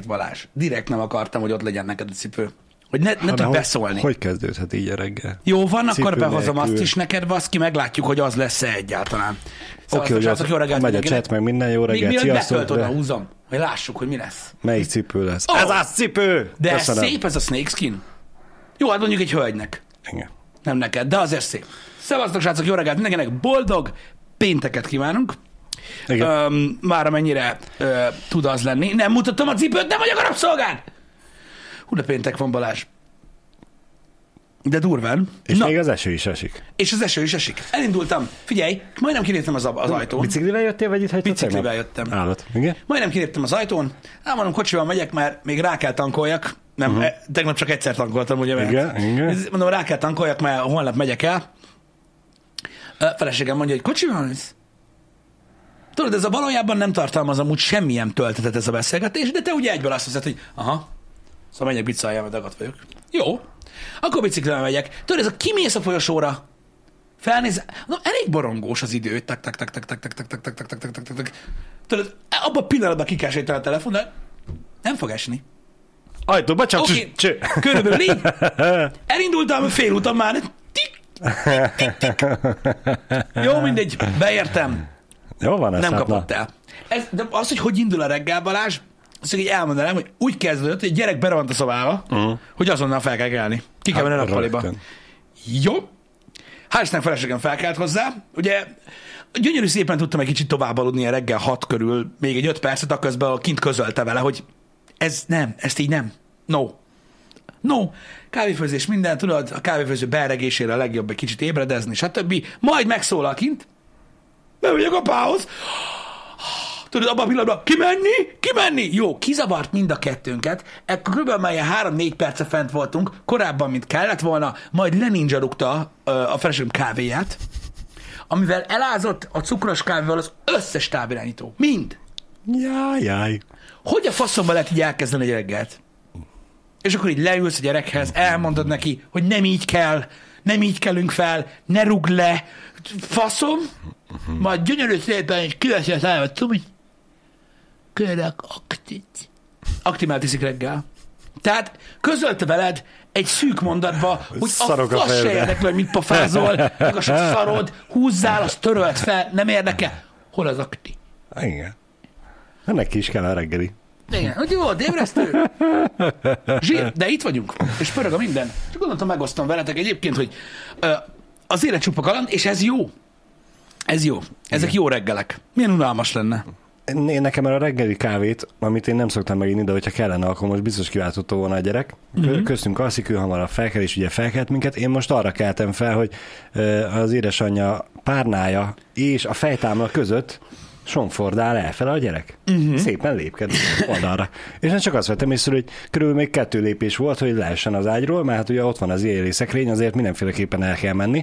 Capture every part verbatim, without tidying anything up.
Balázs. Direkt nem akartam, hogy ott legyen neked a cipő. Hogy ne, ne tudj beszólni. Hogy kezdődhet így a reggel? Jó, van, Cipő akkor behozom nélkül. azt is neked, baszki, meglátjuk, hogy az lesz-e egyáltalán. Oké, hogy az megy a chat, meg minden jó reggelt. Még mielőtt betölt de... oda húzom, hogy lássuk, hogy mi lesz. Melyik cipő lesz? Oh! Ez az cipő! De Köszönöm. szép ez a snakeskin. Jó, hát mondjuk egy hölgynek. Igen. Nem neked, de azért szép. Szevasztok, srácok, jó reggelt mindenkinek, boldog pénteket kívánunk. Um, már amennyire uh, tud az lenni. Nem mutattam a cipőt, nem vagyok a rabszolgád! Hú, de péntek van, Balázs. De durván. És Na. még az eső is esik. És az eső is esik. Elindultam. Figyelj, majdnem kiléptem az, az ajtón. Biciklivel jöttél, vagy itt hagytad? Biciklivel jöttem. Állat. Igen? Majdnem kiléptem az ajtón. Hát mondom, kocsival megyek, mert még rá kell tankoljak. Nem, uh-huh. tegnap csak egyszer tankoltam, ugye? Mert igen, igen. Mondom, rá kell tankoljak, mert holnap megyek el. A feleségem mondja, hogy kocsival mész? Tudod, ez a valójában nem tartalmaz amúgy semmilyen töltetet ez a beszélgetés, de te ugye egyből azt hiszed, hogy aha, szóval megyek bicajjal, mert dagat vagyok. Jó, akkor biciklivel megyek. Tudod, ez a kimész a folyosóra, felnéz, no, elég borongós az idő, tak, tak, tak, tak, tak, tak, tak, tak, tak, tak, tak, tak, tak, tak. Tudod, abban a pillanatban ki kell sétálni a telefon, de nem fog esni. Ajtóba csak Oké, okay. Körülbelül így. Elindultam, félúton már. Tik, tik, tik, tik. Jó, mindegy, beértem. Jó van ez. Nem hát, kapott el. Ez, de az, hogy hogy indul a reggel, Balázs, azt így elmondanám, hogy úgy kezdődött, hogy egy gyerek berohant a szobába, uh-huh. hogy azonnal fel kell kelni. Ki kell menni a nappaliba. Jó. Hál' Istennek feleségem felkelt hozzá. Ugye gyönyörű szépen tudtam egy kicsit tovább aludni a reggel hat körül, még egy öt percet, akközben kint közölte vele, hogy ez nem, ezt így nem. No. No. Kávéfőzés minden, tudod, a kávéfőző beregésére a legjobb egy kicsit ébredezni, stb. Majd megszólal kint, bemegyek apához, tudod, abban a pillanatban, kimenni, kimenni, jó, kizavart mind a kettőnket, ekkor kb. Már három-négy perce fent voltunk, korábban, mint kellett volna, majd leninja rúgta a feleségem kávéját, amivel elázott a cukros kávéval az összes távirányító. Mind. Jaj, jaj. Hogy a faszomban lehet így elkezdeni egy reggelt? És akkor így leülsz a gyerekhez, elmondod neki, hogy nem így kell, nem így kellünk fel, ne rugd le, faszom, majd gyönyörű szépen, és kiveszi a száját, tudom, hogy kérek aktit. Aktimál tiszik reggel. Tehát közölte veled egy szűk mondatba, hogy Szarok a a fasz se fejbe. érdekel, mit pofázol, meg a sok szarod, húzzál, azt törölt fel, nem érdekel. Hol az akti? Igen. Neki is kell a reggeli. Igen, hogy jó, ébresztő. Zsír, de itt vagyunk, és pörög a minden. Csak gondoltam, megosztom veletek egyébként, hogy uh, az élet csupa kaland, és ez jó. Ez jó. Ezek jó reggelek. Milyen unalmas lenne. Én nekem a reggeli kávét, amit én nem szoktam meginni, de hogyha kellene, akkor most biztos kiváltotta volna a gyerek. Uh-huh. Köztünk alszik, ő hamarabb felkel, és ugye felkelt minket. Én most arra keltem fel, hogy az édesanyja párnája és a fejtámla között somfordál elfele a gyerek. Uh-huh. Szépen lépked oldalra. És én csak azt vettem észre, hogy körülbelül még kettő lépés volt, hogy lehessen az ágyról, mert hát ugye ott van az éjjeli szekrény, azért mindenféleképpen el kell menni.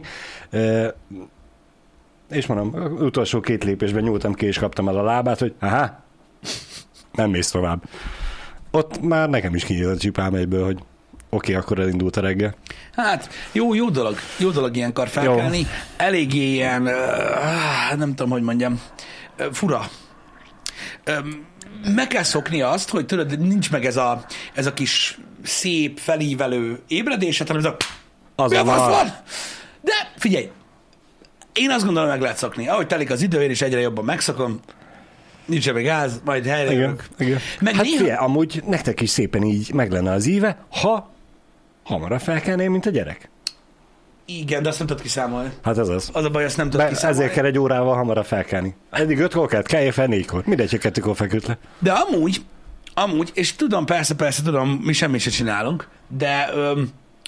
És mondom, utolsó két lépésben nyúltam ki, és kaptam el a lábát, hogy aha, nem mész tovább. Ott már nekem is kinyílt a csipám egyből, hogy oké, okay, akkor elindult a reggel. Hát, jó, jó dolog, jó dolog ilyenkor felkelni. Jó. Eléggé ilyen, uh, nem tudom, hogy mondjam, uh, fura. Um, meg kell szokni azt, hogy tudod, nincs meg ez a, ez a kis szép, felívelő ébredése, hanem ez a... Az mi a van. van? De figyelj, én azt gondolom, meg lehet szokni. Ahogy telik az idő, én is egyre jobban megszokom. Nincs ebben gáz, majd helyre igen, jövök. igen. Meg hát néha... figyelj, amúgy nektek is szépen így meg lenne az íve, ha hamarabb felkelnél, mint a gyerek. Igen, de azt nem tudod kiszámolni. Hát ez az. Az a baj, azt nem tudod Be, kiszámolni. ezért kell egy órával hamarabb felkelni. Eddig ötkor kellett, kelljél fel négykor. Mindegy, hogy kettőkor feküdt le. De amúgy, amúgy, és tudom, persze, persze, tudom, mi semmit se csinálunk, de öm,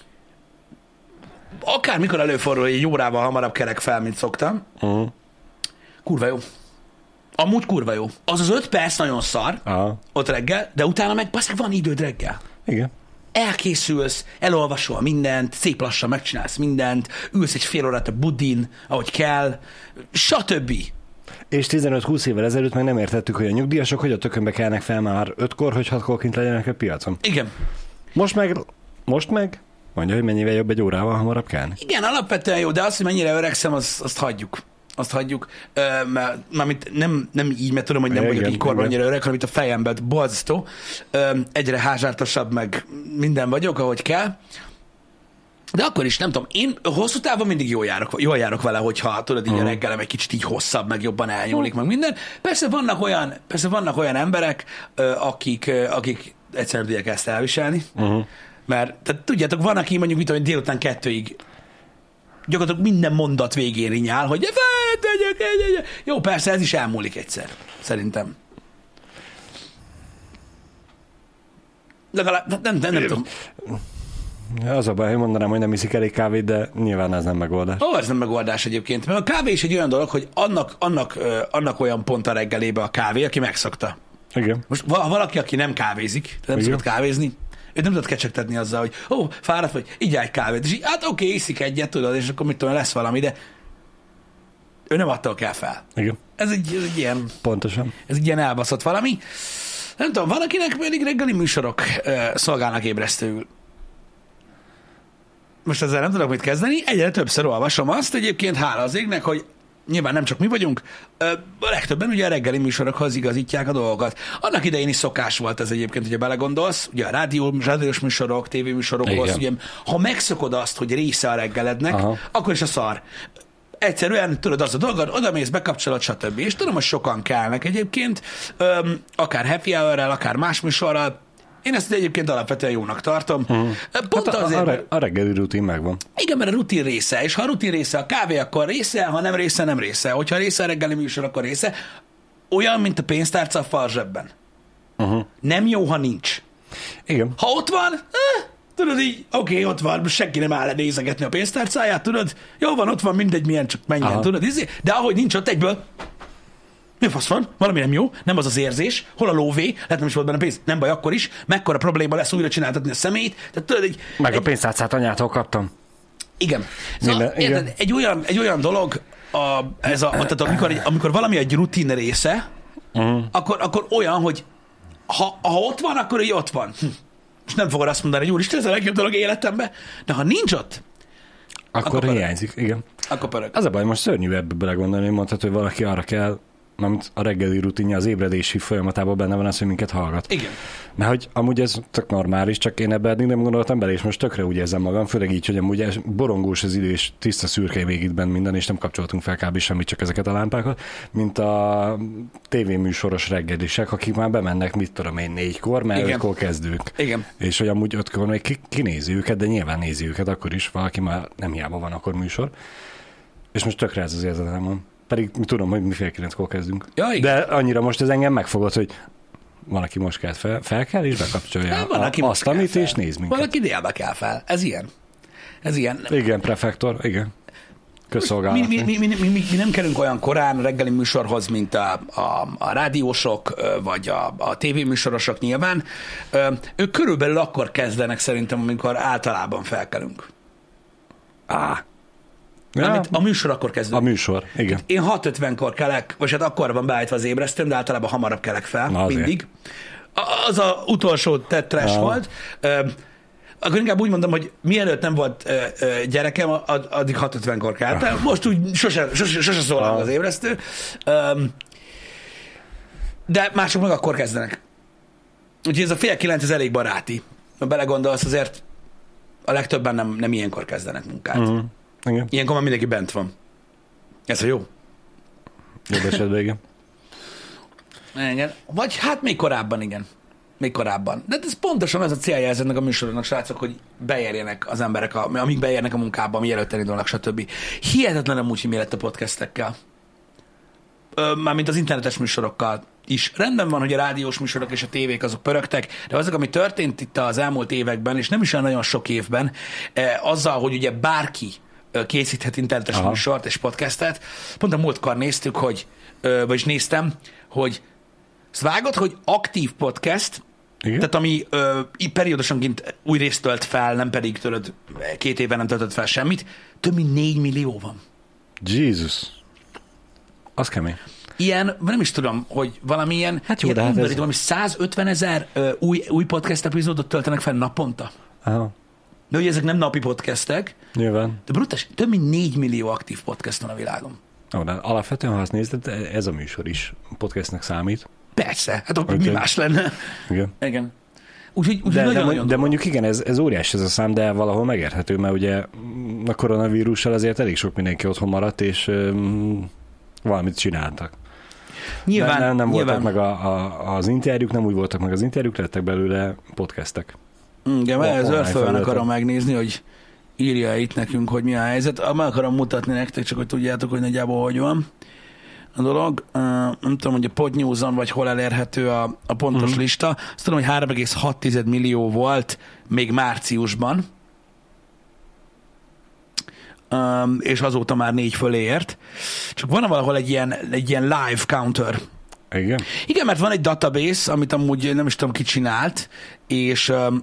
akármikor előfordul, hogy egy órával hamarabb kerek fel, mint szoktam, uh-huh. kurva jó. Amúgy kurva jó. Az az öt perc nagyon szar, aha. Ott reggel, de utána meg baszeg van időd reggel. Igen. Elkészülsz, elolvasol mindent, szép lassan megcsinálsz mindent, ülsz egy fél órát a budin, ahogy kell, stb. És tizenöt-húsz évvel ezelőtt meg nem értettük, hogy a nyugdíjasok hogy a tökönbe kelnek fel már ötkor, hogy hatkor kint legyenek a piacon. Igen. Most meg, most meg mondja, hogy mennyivel jobb egy órával hamarabb kelni. Igen, alapvetően jó, de azt, hogy mennyire öregszem, azt, azt hagyjuk. azt hagyjuk, mert mármint nem, nem így, mert tudom, hogy nem igen, vagyok így korban igen. annyira öreg, hanem itt a fejemben borzasztó. Egyre házsártasabb, meg minden vagyok, ahogy kell. De akkor is, nem tudom, én hosszú távon mindig jól járok, jól járok vele, hogyha tudod, így uh-huh. a reggelem egy kicsit így hosszabb, meg jobban elnyúlik, meg minden. Persze vannak olyan, persze vannak olyan emberek, akik, akik egyszerűen tudják ezt elviselni, uh-huh. mert tehát, tudjátok, van, aki mondjuk, mit tudom, délután kettőig gyakorlatilag minden mondat végén rinyál, hogy jó, persze, ez is elmúlik egyszer, szerintem. Legalább, nem, nem, nem, nem tudom. Az a baj, hogy mondanám, hogy nem iszik elég kávét, de nyilván ez nem megoldás. Ó, ez nem megoldás egyébként. Mert a kávé is egy olyan dolog, hogy annak, annak, annak olyan pont a reggelébe a kávé, aki megszokta. Igen. Most ha valaki, aki nem kávézik, nem szokott kávézni, őt nem tudod kecsegtetni azzal, hogy ó, fáradt vagy, így egy kávét. És így, hát oké, okay, iszik egyet, tudod, és akkor mit tudom, lesz valami, de ő nem attól kell fel. Igen. Ez egy, ez egy ilyen... Pontosan. Ez egy ilyen elbaszott valami. Nem tudom, van, akinek pedig reggeli műsorok uh, szolgálnak ébresztőül. Most ezzel nem tudok mit kezdeni, egyre többször olvasom azt egyébként, hála az égnek, hogy nyilván nem csak mi vagyunk, a legtöbben ugye a reggeli műsorokhoz igazítják a dolgokat. Annak idején is szokás volt ez egyébként, hogyha belegondolsz, ugye a rádió, rádiós műsorok, tévéműsorokhoz, ugye, ha megszokod azt, hogy része a reggelednek, aha. akkor is a szar. Egyszerűen tudod, az a dolgod, odamész, bekapcsolod, stb. És tudom, hogy sokan kelnek egyébként, akár happy hour-rel, akár más műsorral. Én ezt egyébként alapvetően jónak tartom. Hmm. Pont hát azért, a, a, a reggeli rutin megvan. Igen, mert a rutin része, és ha a rutin része a kávé, akkor része, ha nem része, nem része. Hogyha része a reggeli műsor, akkor része. Olyan, mint a pénztárca a fal zsebben. Uh-huh. Nem jó, ha nincs. Igen. Ha ott van, eh, tudod így, oké, okay, ott van, senki nem áll le nézegetni a pénztárcáját, tudod? Jó van, ott van, mindegy, milyen, csak menjen, aha. tudod? De ahogy nincs ott egyből, mi fasz van? Valami nem jó, nem az az érzés, hol a lóvé, lehet nem is volt benne pénz, nem baj, akkor is, mekkora probléma lesz újra csináltatni a szemét, tehát tudod, egy... Meg egy... a pénztárcát anyától kaptam. Igen. Szóval, Minden, érted, igen. Egy, olyan, egy olyan dolog, a, ez a, tehát amikor, amikor valami egy rutin része, uh-huh. akkor, akkor olyan, hogy ha, ha ott van, akkor így ott van. Hm. Most nem fogod azt mondani, hogy úristen, ez a legjobb dolog életemben, de ha nincs ott, akkor, akkor hiányzik, igen. Akkor pörög. Az a baj, most szörnyű ebbe belegondolni, hogy mondhatod, hogy valaki arra kell, mert a reggeli rutinja, az ébredési folyamatában benne van az, hogy minket hallgat. Igen. Mert hogy amúgy ez tök normális, csak én ebben eddig nem gondoltam bele, és most tökre úgy érzem magam, főleg így, hogy amúgy borongós az idő, és tiszta szürke végig itt benne minden, és nem kapcsoltunk fel kb. Semmit, csak ezeket a lámpákat, mint a tévéműsoros reggelisek, akik már bemennek, mit tudom én, négykor, mert ötkor kezdők. Igen. És hogy amúgy ötkor még ki, kinézi őket, de nyilván nézi őket, akkor is valaki már nem hiába van akkor műsor. És most tökre ez az érzetem van. Pedig tudom, hogy mi fél kilenckor kezdünk. Ja, de annyira most ez engem megfogott, hogy valaki most kell fel, fel kell, és bekapcsolja nem, a, azt, amit, és néz minket. Valaki délbe kell fel. Ez ilyen. Ez ilyen. Igen, prefektor, igen. Közszolgálat. Mi, mi, mi, mi, mi, mi, mi nem kerülünk olyan korán reggeli műsorhoz, mint a, a, a rádiósok, vagy a, a tévéműsorosok nyilván. Ők körülbelül akkor kezdenek szerintem, amikor általában felkelünk. Á. Ja. A műsor akkor kezdődik. A műsor, igen. Én hat ötvenkor kelek, vagy hát akkor van beállítva az ébresztőm, de általában hamarabb kelek fel, na, mindig. Az a utolsó tett trash ja. volt. Akkor inkább úgy mondom, hogy mielőtt nem volt gyerekem, addig hat ötvenkor keltem. Most úgy sose, sose, sose szólal ja. az ébresztő. De mások meg akkor kezdenek. Úgyhogy ez a fél kilenc, ez elég baráti. Ha belegondolsz, azért a legtöbben nem, nem ilyenkor kezdenek munkát. Uh-huh. Igen. Ilyenkor már mindenki bent van. Ez a jó. Jobb esetben, igen. igen. Vagy hát még korábban, igen. Még korábban. De ez pontosan az a célja ezeknek a műsoroknak, srácok, hogy beérjenek az emberek, a, amíg beérnek a munkába, mielőtt elindulnak, stb. Hihetetlen amúgy, hogy mi lett a podcastekkel. Mármint az internetes műsorokkal is. Rendben van, hogy a rádiós műsorok és a tévék azok pörögtek, de azok, ami történt itt az elmúlt években, és nem is olyan nagyon sok évben, azzal, hogy ugye bárki készíthet internetes aha. műsort és podcastet. Pont a múltkor néztük, hogy, vagyis néztem, hogy azt vágod, hogy aktív podcast, igen? Tehát ami ö, periódusonként új részt tölt fel, nem pedig tőled két éve nem töltött fel semmit, több mint négy millió van. Jézus. Az kemény. Ilyen, nem is tudom, hogy valamilyen, hát jó, ilyen hát undorító, ez... valami százötven ezer új, új podcast epizódot töltenek fel naponta. Aha. De ugye ezek nem napi podcastek. Nyilván. De brutális, több mint négy millió aktív podcast van a világon. No, de alapvetően, ha azt nézed, ez a műsor is podcastnek számít. Persze, hát akkor mi más lenne? Igen. Igen. Úgyhogy, úgy, de, nagyon, de, nagyon de mondjuk igen, ez, ez óriás ez a szám, de valahol megérthető, mert ugye a koronavírussal azért elég sok mindenki otthon maradt, és um, valamit csináltak. Nyilván, nem, nem nyilván. voltak meg a, a, az interjúk, nem úgy voltak meg az interjúk, lettek belőle podcastek. Igen, mert ez Earthföldön akarom megnézni, hogy írja itt nekünk, hogy mi a helyzet. Meg akarom mutatni nektek, csak hogy tudjátok, hogy nagyjából hogy van a dolog. Uh, nem tudom, hogy a Podnews-on vagy hol elérhető a, a pontos mm. lista. Azt tudom, hogy három egész hat millió volt még márciusban, um, és azóta már négy fölé ért. Csak van valahol egy ilyen, egy ilyen live counter. Igen? Igen, mert van egy database, amit amúgy nem is tudom ki csinált, és um,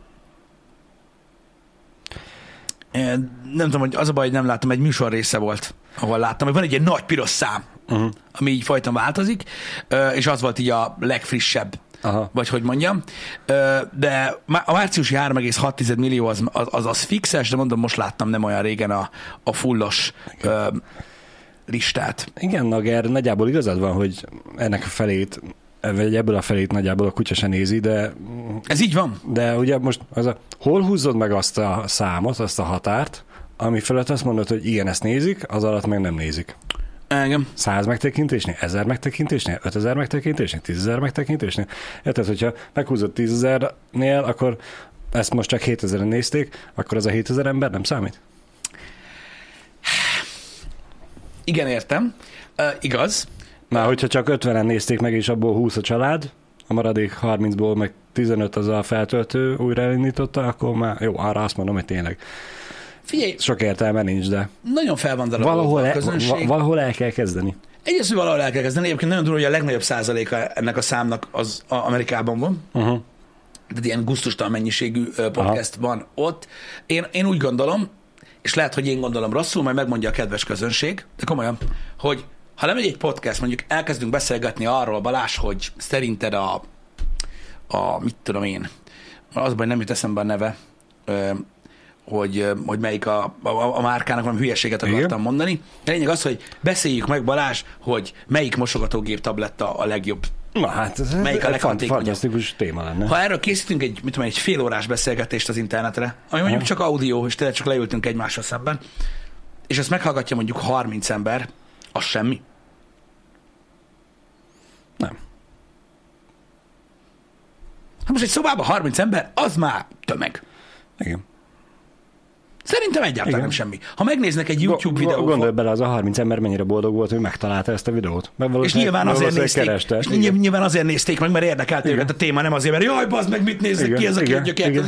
nem tudom, hogy az a baj, hogy nem láttam, egy műsor része volt, ahol láttam, hogy van egy ilyen nagy piros szám, uh-huh. ami így folyton változik, és az volt így a legfrissebb, aha. vagy hogy mondjam. De a márciusi három egész hat millió az, az, az fixes, de mondom, most láttam nem olyan régen a, a fullos igen. listát. Igen, Nager, nagyjából igazad van, hogy ennek a felét vagy ebből a felét nagyjából a kutya se nézi, de... Ez így van. De ugye most az a, hol húzzod meg azt a számot, azt a határt, ami felett azt mondod, hogy igen, ezt nézik, az alatt meg nem nézik. Igen. Száz megtekintésnél, ezer megtekintésnél, ötezer megtekintésnél, tízezer megtekintésnél. Érted, hogyha meghúzod tízezernél, akkor ezt most csak hétezeren nézték, akkor az a hétezer ember nem számít? Igen, értem. Uh, igaz. Már hogyha csak ötvenen nézték meg, és abból húsz a család, a maradék harmincból meg tizenöt az a feltöltő újra elindította, akkor már jó, arra azt mondom, hogy tényleg figyelj, sok értelme nincs, de nagyon fel van darabolva valahol, a közönség. el, valahol el kell kezdeni. Egyrészt, hogy valahol el kell kezdeni. Egyébként nagyon durva, hogy a legnagyobb százaléka ennek a számnak az a Amerikában van. Uh-huh. Tehát ilyen gusztustalan mennyiségű podcast aha. van ott. Én, én úgy gondolom, és lehet, hogy én gondolom rosszul, majd megmondja a kedves közönség, de komolyan, hogy ha lemegy egy podcast, mondjuk elkezdünk beszélgetni arról, Balázs, hogy szerinted a, a mit tudom én, az baj, nem jut eszembe a neve, hogy, hogy melyik a, a, a márkának, valami hülyeséget akartam igen. mondani. A lényeg az, hogy beszéljük meg, Balázs, hogy melyik mosogatógép tabletta a legjobb. Na hát, ez melyik a leghatékonyabb. Fantasztikus téma lenne. Ha erről készítünk egy, mit tudom, egy fél órás beszélgetést az internetre, ami mondjuk ha. csak audio, és tényleg csak leültünk egymással szemben, és ezt meghallgatja mondjuk harminc ember, az semmi. Nem. Ha most egy szobában harminc ember, az már tömeg. Igen. Szerintem egyáltalán igen. nem semmi. Ha megnéznek egy YouTube Go- videót... Gondolj bele, az a harminc ember mennyire boldog volt, hogy megtalálta ezt a videót. És nyilván azért nézték, kereste, és nyilván azért nézték meg, mert érdekelt őket a téma, nem azért, mert jaj, bazd meg, mit néznek igen, ki ez a két gyökér.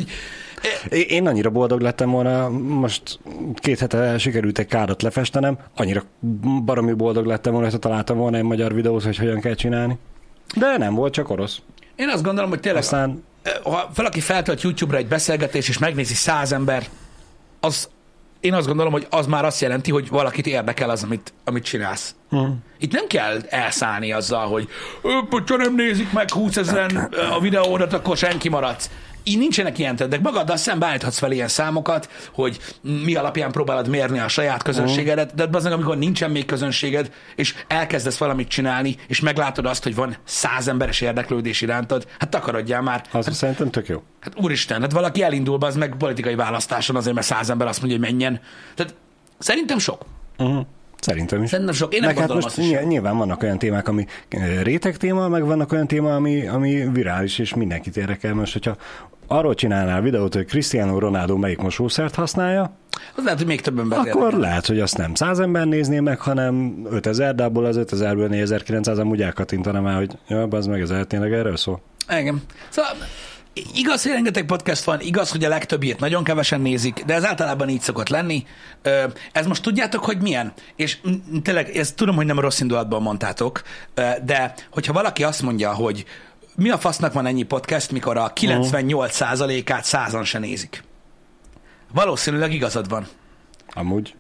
Én annyira boldog lettem volna, most két hete sikerült egy kádat lefestenem, annyira baromi boldog lettem volna, hogy találtam volna egy magyar videót, hogy hogyan kell csinálni. De nem volt, csak orosz. Én azt gondolom, hogy tényleg, aztán... ha valaki feltölt YouTube-ra egy beszélgetés, és megnézi száz ember, az, én azt gondolom, hogy az már azt jelenti, hogy valakit érdekel az, amit, amit csinálsz. Uh-huh. Itt nem kell elszállni azzal, hogy ha nem nézik meg húszezren a videódat, akkor senki maradsz. Így nincsenek ilyen trendek. Magaddal szembe állíthatsz fel ilyen számokat, hogy mi alapján próbálod mérni a saját közönségedet, de az meg, amikor nincsen még közönséged, és elkezdesz valamit csinálni, és meglátod azt, hogy van száz emberes érdeklődés irántad, hát takarodjál már. Az hát, szerintem tök jó. Hát úristen, hát valaki elindul, az meg politikai választáson azért, mert száz ember azt mondja, hogy menjen. Tehát szerintem sok. Uh-huh. Szerintem is. Szerintem sok. Én nem meg gondolom hát most azt nyilván vannak olyan témák, ami réteg téma, meg vannak olyan téma, ami, ami virális, és mindenkit érdekel. Most, hogyha arról csinálnál videót, hogy Cristiano Ronaldo melyik mosószert használja, az lehet, hogy még több ember akkor érdekel. lehet, hogy azt nem száz ember nézné meg, hanem ötezer, de abból az ötezerből négyezer-kilencszáz amúgy elkattintana már, hogy ja, az meg ez tényleg erről szól. Igen. Szóval igaz, hogy rengeteg podcast van, igaz, hogy a legtöbbiét nagyon kevesen nézik, de ez általában így szokott lenni. Ez most tudjátok, hogy milyen? És tényleg, ezt tudom, hogy nem rossz indulatban mondtátok, de hogyha valaki azt mondja, hogy mi a fasznak van ennyi podcast, mikor a kilencvennyolc százalékát százan se nézik. Valószínűleg igazad van. Amúgy,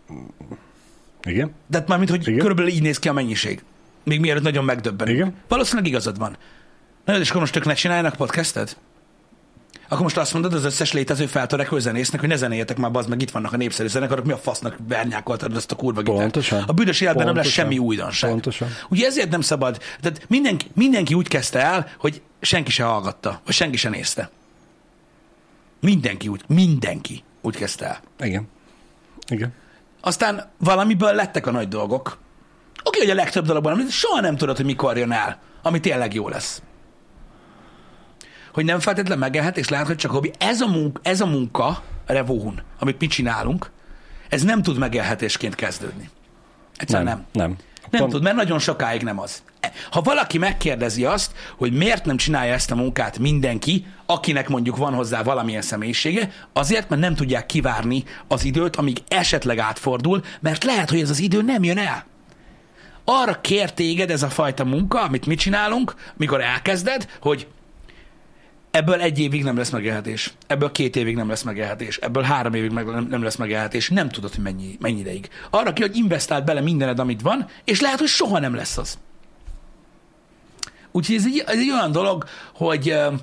igen. De hát mármint, hogy igen. körülbelül így néz ki a mennyiség. Még mielőtt nagyon megdöbbenünk. Igen. Valószínűleg igazad van. Na, és akkor most ők ne csináljanak podcastet? Akkor most azt mondod az összes létező feltörekvő zenésznek, hogy ne zenéljetek már, bazd meg, itt vannak a népszerű zenekarok, mi a fasznak vernyákoltad ezt a kurva gitárt. Pontosan. A büdös életben Pontosan. nem lesz semmi újdonság. Pontosan. Ugye ezért nem szabad, tehát mindenki, mindenki úgy kezdte el, hogy senki se hallgatta, vagy senki se nézte. Mindenki úgy, mindenki úgy kezdte el. Igen. Igen. Aztán valamiből lettek a nagy dolgok. Oké, hogy a legtöbb dologban, amit soha nem tudod, hogy mikor jön el, ami tényleg jó lesz. Hogy nem feltétlenül megélhetés, lehet, hogy csak hobbi. Ez a munka, ez a munka Revóhun, amit mi csinálunk, ez nem tud megélhetésként kezdődni. Egyszerűen nem. Nem. Nem, nem Pont... tud, mert nagyon sokáig nem az. Ha valaki megkérdezi azt, hogy miért nem csinálja ezt a munkát mindenki, akinek mondjuk van hozzá valamilyen személyisége, azért, mert nem tudják kivárni az időt, amíg esetleg átfordul, mert lehet, hogy ez az idő nem jön el. Arra kér téged ez a fajta munka, amit mi csinálunk, mikor elkezded, hogy ebből egy évig nem lesz megélhetés, ebből két évig nem lesz megélhetés, ebből három évig meg nem, nem lesz megélhetés, nem tudod, hogy mennyi, mennyi ideig. Arra ki, hogy investáld bele mindened, amit van, és lehet, hogy soha nem lesz az. Úgyhogy ez egy, ez egy olyan dolog, hogy uh,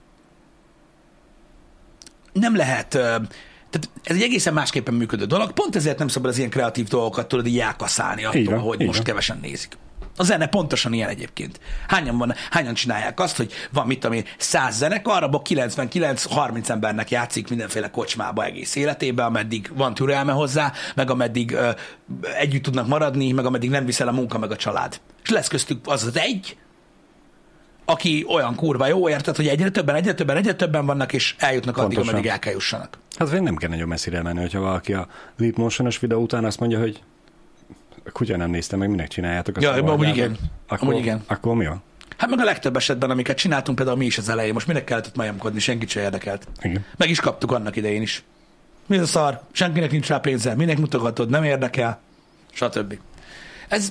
nem lehet, uh, tehát ez egy egészen másképpen működő dolog, pont ezért nem szabad az ilyen kreatív dolgokat tudod így elkaszálni attól, van, hogy most van. Kevesen nézik. A zene pontosan ilyen egyébként. Hányan, van, hányan csinálják azt, hogy van mit tudom én, száz zenekar, abban kilencvenkilenc harminc embernek játszik mindenféle kocsmába egész életében, ameddig van türelme hozzá, meg ameddig ö, együtt tudnak maradni, meg ameddig nem viszel a munka, meg a család. És lesz köztük az az egy, aki olyan kurva jó, érted, hogy egyre többen, egyre többen, egyre többen vannak, és eljutnak addig, Pontosan. ameddig el kell jussanak. Hát én nem kell nagyon messzire menni, hogyha valaki a Leap Motion-os videó után azt mondja, hogy kutya nem nézte meg, minek csináljátok. Ja, amúgy igen. Akkor, amúgy igen. Akkor mi van? Hát meg a legtöbb esetben, amiket csináltunk, például mi is az elején, most minek kellett ott majomkodni, senkit se érdekelt. Igen. Meg is kaptuk annak idején is. Mi a szar? Senkinek nincs rá pénze, minek mutogatod, nem érdekel, stb. Ez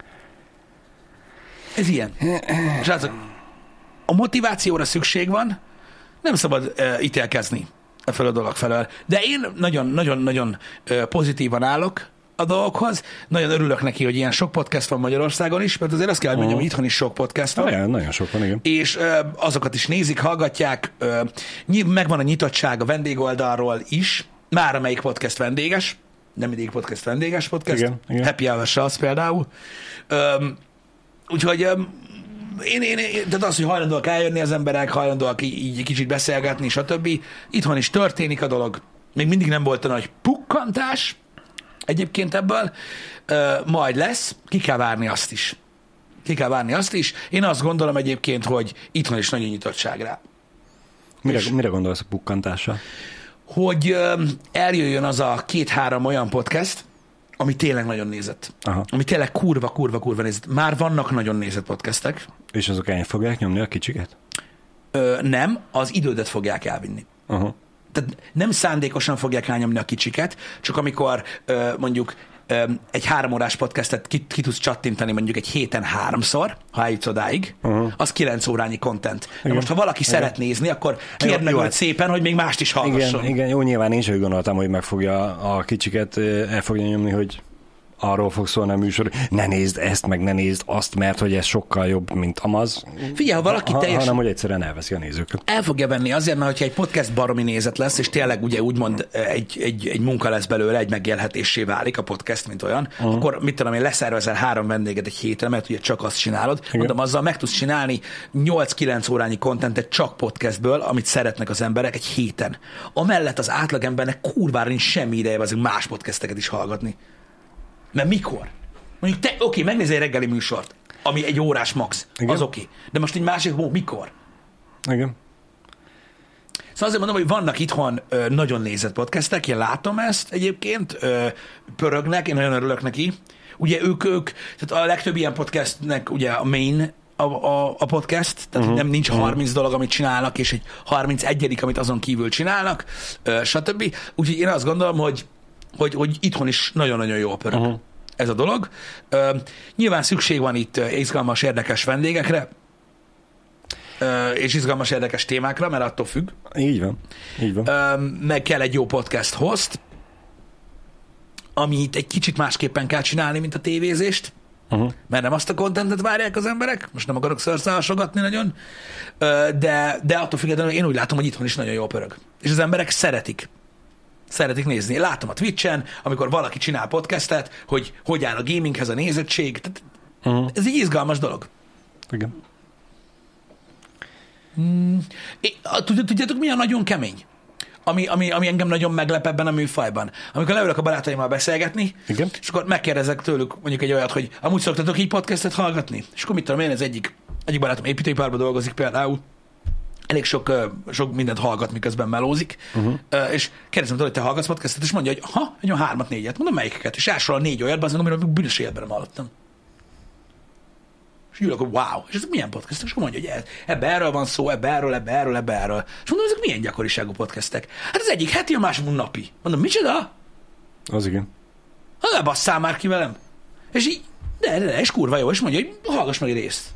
ez ilyen. Srácok, a motivációra szükség van, nem szabad uh, ítélkezni e fel a dolog felől. De én nagyon-nagyon-nagyon uh, pozitívan állok a dolgokhoz. Nagyon örülök neki, hogy ilyen sok podcast van Magyarországon is, mert azért azt kell, hogy mondjam, hogy itthon is sok podcast van. Olyan, nagyon sok van, igen. És uh, azokat is nézik, hallgatják. Uh, megvan a nyitottság a vendégoldalról is. Már amelyik podcast vendéges. Nem mindig podcast vendéges podcast. Igen, igen. Happy Hour-se az például. Um, úgyhogy um, én, én, én, tehát az, hogy hajlandóak eljönni az emberek, hajlandóak így kicsit beszélgetni, stb. Itthon is történik a dolog. Még mindig nem volt a nagy pukkantás egyébként ebből. Uh, majd lesz, ki kell várni azt is. Ki kell várni azt is. Én azt gondolom egyébként, hogy itthon is nagy nyitottság rá. Mire, És, mire gondolsz a pukkantással? hogy um, eljöjjön az a két-három olyan podcast, ami tényleg nagyon nézett. Aha. Ami tényleg kurva, kurva, kurva nézett. Már vannak nagyon nézett podcastek. És azok el fogják nyomni a kicsiket? Ö, nem, az idődet fogják elvinni. Aha. Tehát nem szándékosan fogják elnyomni a kicsiket, csak amikor ö, mondjuk ö, egy három órás podcastet ki, ki tudsz csattintani mondjuk egy héten háromszor, ha eljutsz odáig, uh-huh. az kilenc órányi content. De most, ha valaki igen. szeret nézni, akkor kérd meg őt szépen, hogy még mást is hallgasson. Igen, igen, jó, nyilván én is úgy gondoltam, hogy meg fogja a kicsiket, el fogja nyomni, hogy arról fog szólni a műsor, ne nézd ezt, meg ne nézd azt, mert hogy ez sokkal jobb, mint amaz. Figyelj, ha valaki ha, teljesen... hanem, hogy egyszerűen elveszi a nézőket. El fogja venni azért, mert hogyha egy podcast baromi nézet lesz, és tényleg ugye úgymond egy, egy, egy munka lesz belőle, egy megélhetésé válik a podcast, mint olyan, uh-huh. akkor mit tudom én, leszervezel három vendéget egy hétre, mert ugye csak azt csinálod. Igen. Mondom, azzal meg tudsz csinálni nyolc-kilenc órányi contentet csak podcastből, amit szeretnek az emberek egy héten. Amellett az átlagembernek kurvára nincs semmi ideje azok más podcasteket is hallgatni. Mert mikor? Mondjuk te, oké, megnézz egy reggeli műsort, ami egy órás max, igen. az oké. De most egy másik, ó, mikor? Igen. Szóval azért mondom, hogy vannak itthon ö, nagyon nézett podcastek, én látom ezt egyébként, ö, pörögnek, én nagyon örülök neki. Ugye ők, ők, tehát a legtöbb ilyen podcastnek ugye a main a, a, a podcast, tehát uh-huh. nem nincs harminc uh-huh. dolog, amit csinálnak, és egy harmincegyedik, amit azon kívül csinálnak, ö, stb. Úgyhogy én azt gondolom, hogy Hogy, hogy itthon is nagyon-nagyon jól pörög uh-huh. ez a dolog. Uh, nyilván szükség van itt uh, izgalmas, érdekes vendégekre, uh, és izgalmas, érdekes témákra, mert attól függ. Így van. Így van. Uh, meg kell egy jó podcast host, amit egy kicsit másképpen kell csinálni, mint a tévézést. Uh-huh. Mert nem azt a kontentet várják az emberek, most nem akarok szőrszálasogatni nagyon, de, de attól függetlenül én úgy látom, hogy itthon is nagyon jó pörög. És az emberek szeretik. Szeretik nézni. Én látom a Twitchen, amikor valaki csinál podcastet, hogy hogy áll a gaminghez a nézettség. Tehát uh-huh. Ez egy izgalmas dolog. Igen. Mm, tudjátok, mi a nagyon kemény? Ami, ami, ami engem nagyon meglep ebben a műfajban. Amikor leülök a barátaimmal beszélgetni, igen. És akkor megkérdezek tőlük mondjuk egy olyat, hogy amúgy szoktatok így podcastet hallgatni? És akkor mit tudom én, ez egyik, egyik barátom építőiparban dolgozik például, elég sok, sok mindent hallgat, miközben melózik, uh-huh. és kérdezem tőle, hogy te hallgatsz podcastet, és mondja, hogy ha, egy hármat, négyet, mondom melyikeket, és elsorol négy olyat, az amiről bűnös életben nem hallottam. És ülök, hogy wow, és ezek milyen podcastek? És akkor mondja, hogy ebbe erről van szó, ebbe erről, ebbe erről, ebbe erről. És mondom, ezek milyen gyakoriságú podcastek? Hát az egyik heti, a másik napi. Mondom, micsoda? Az igen. Ha ne basszál már ki velem. És így, de, de, de, és kurva jó, és mondja, hogy hallgass meg egy részt.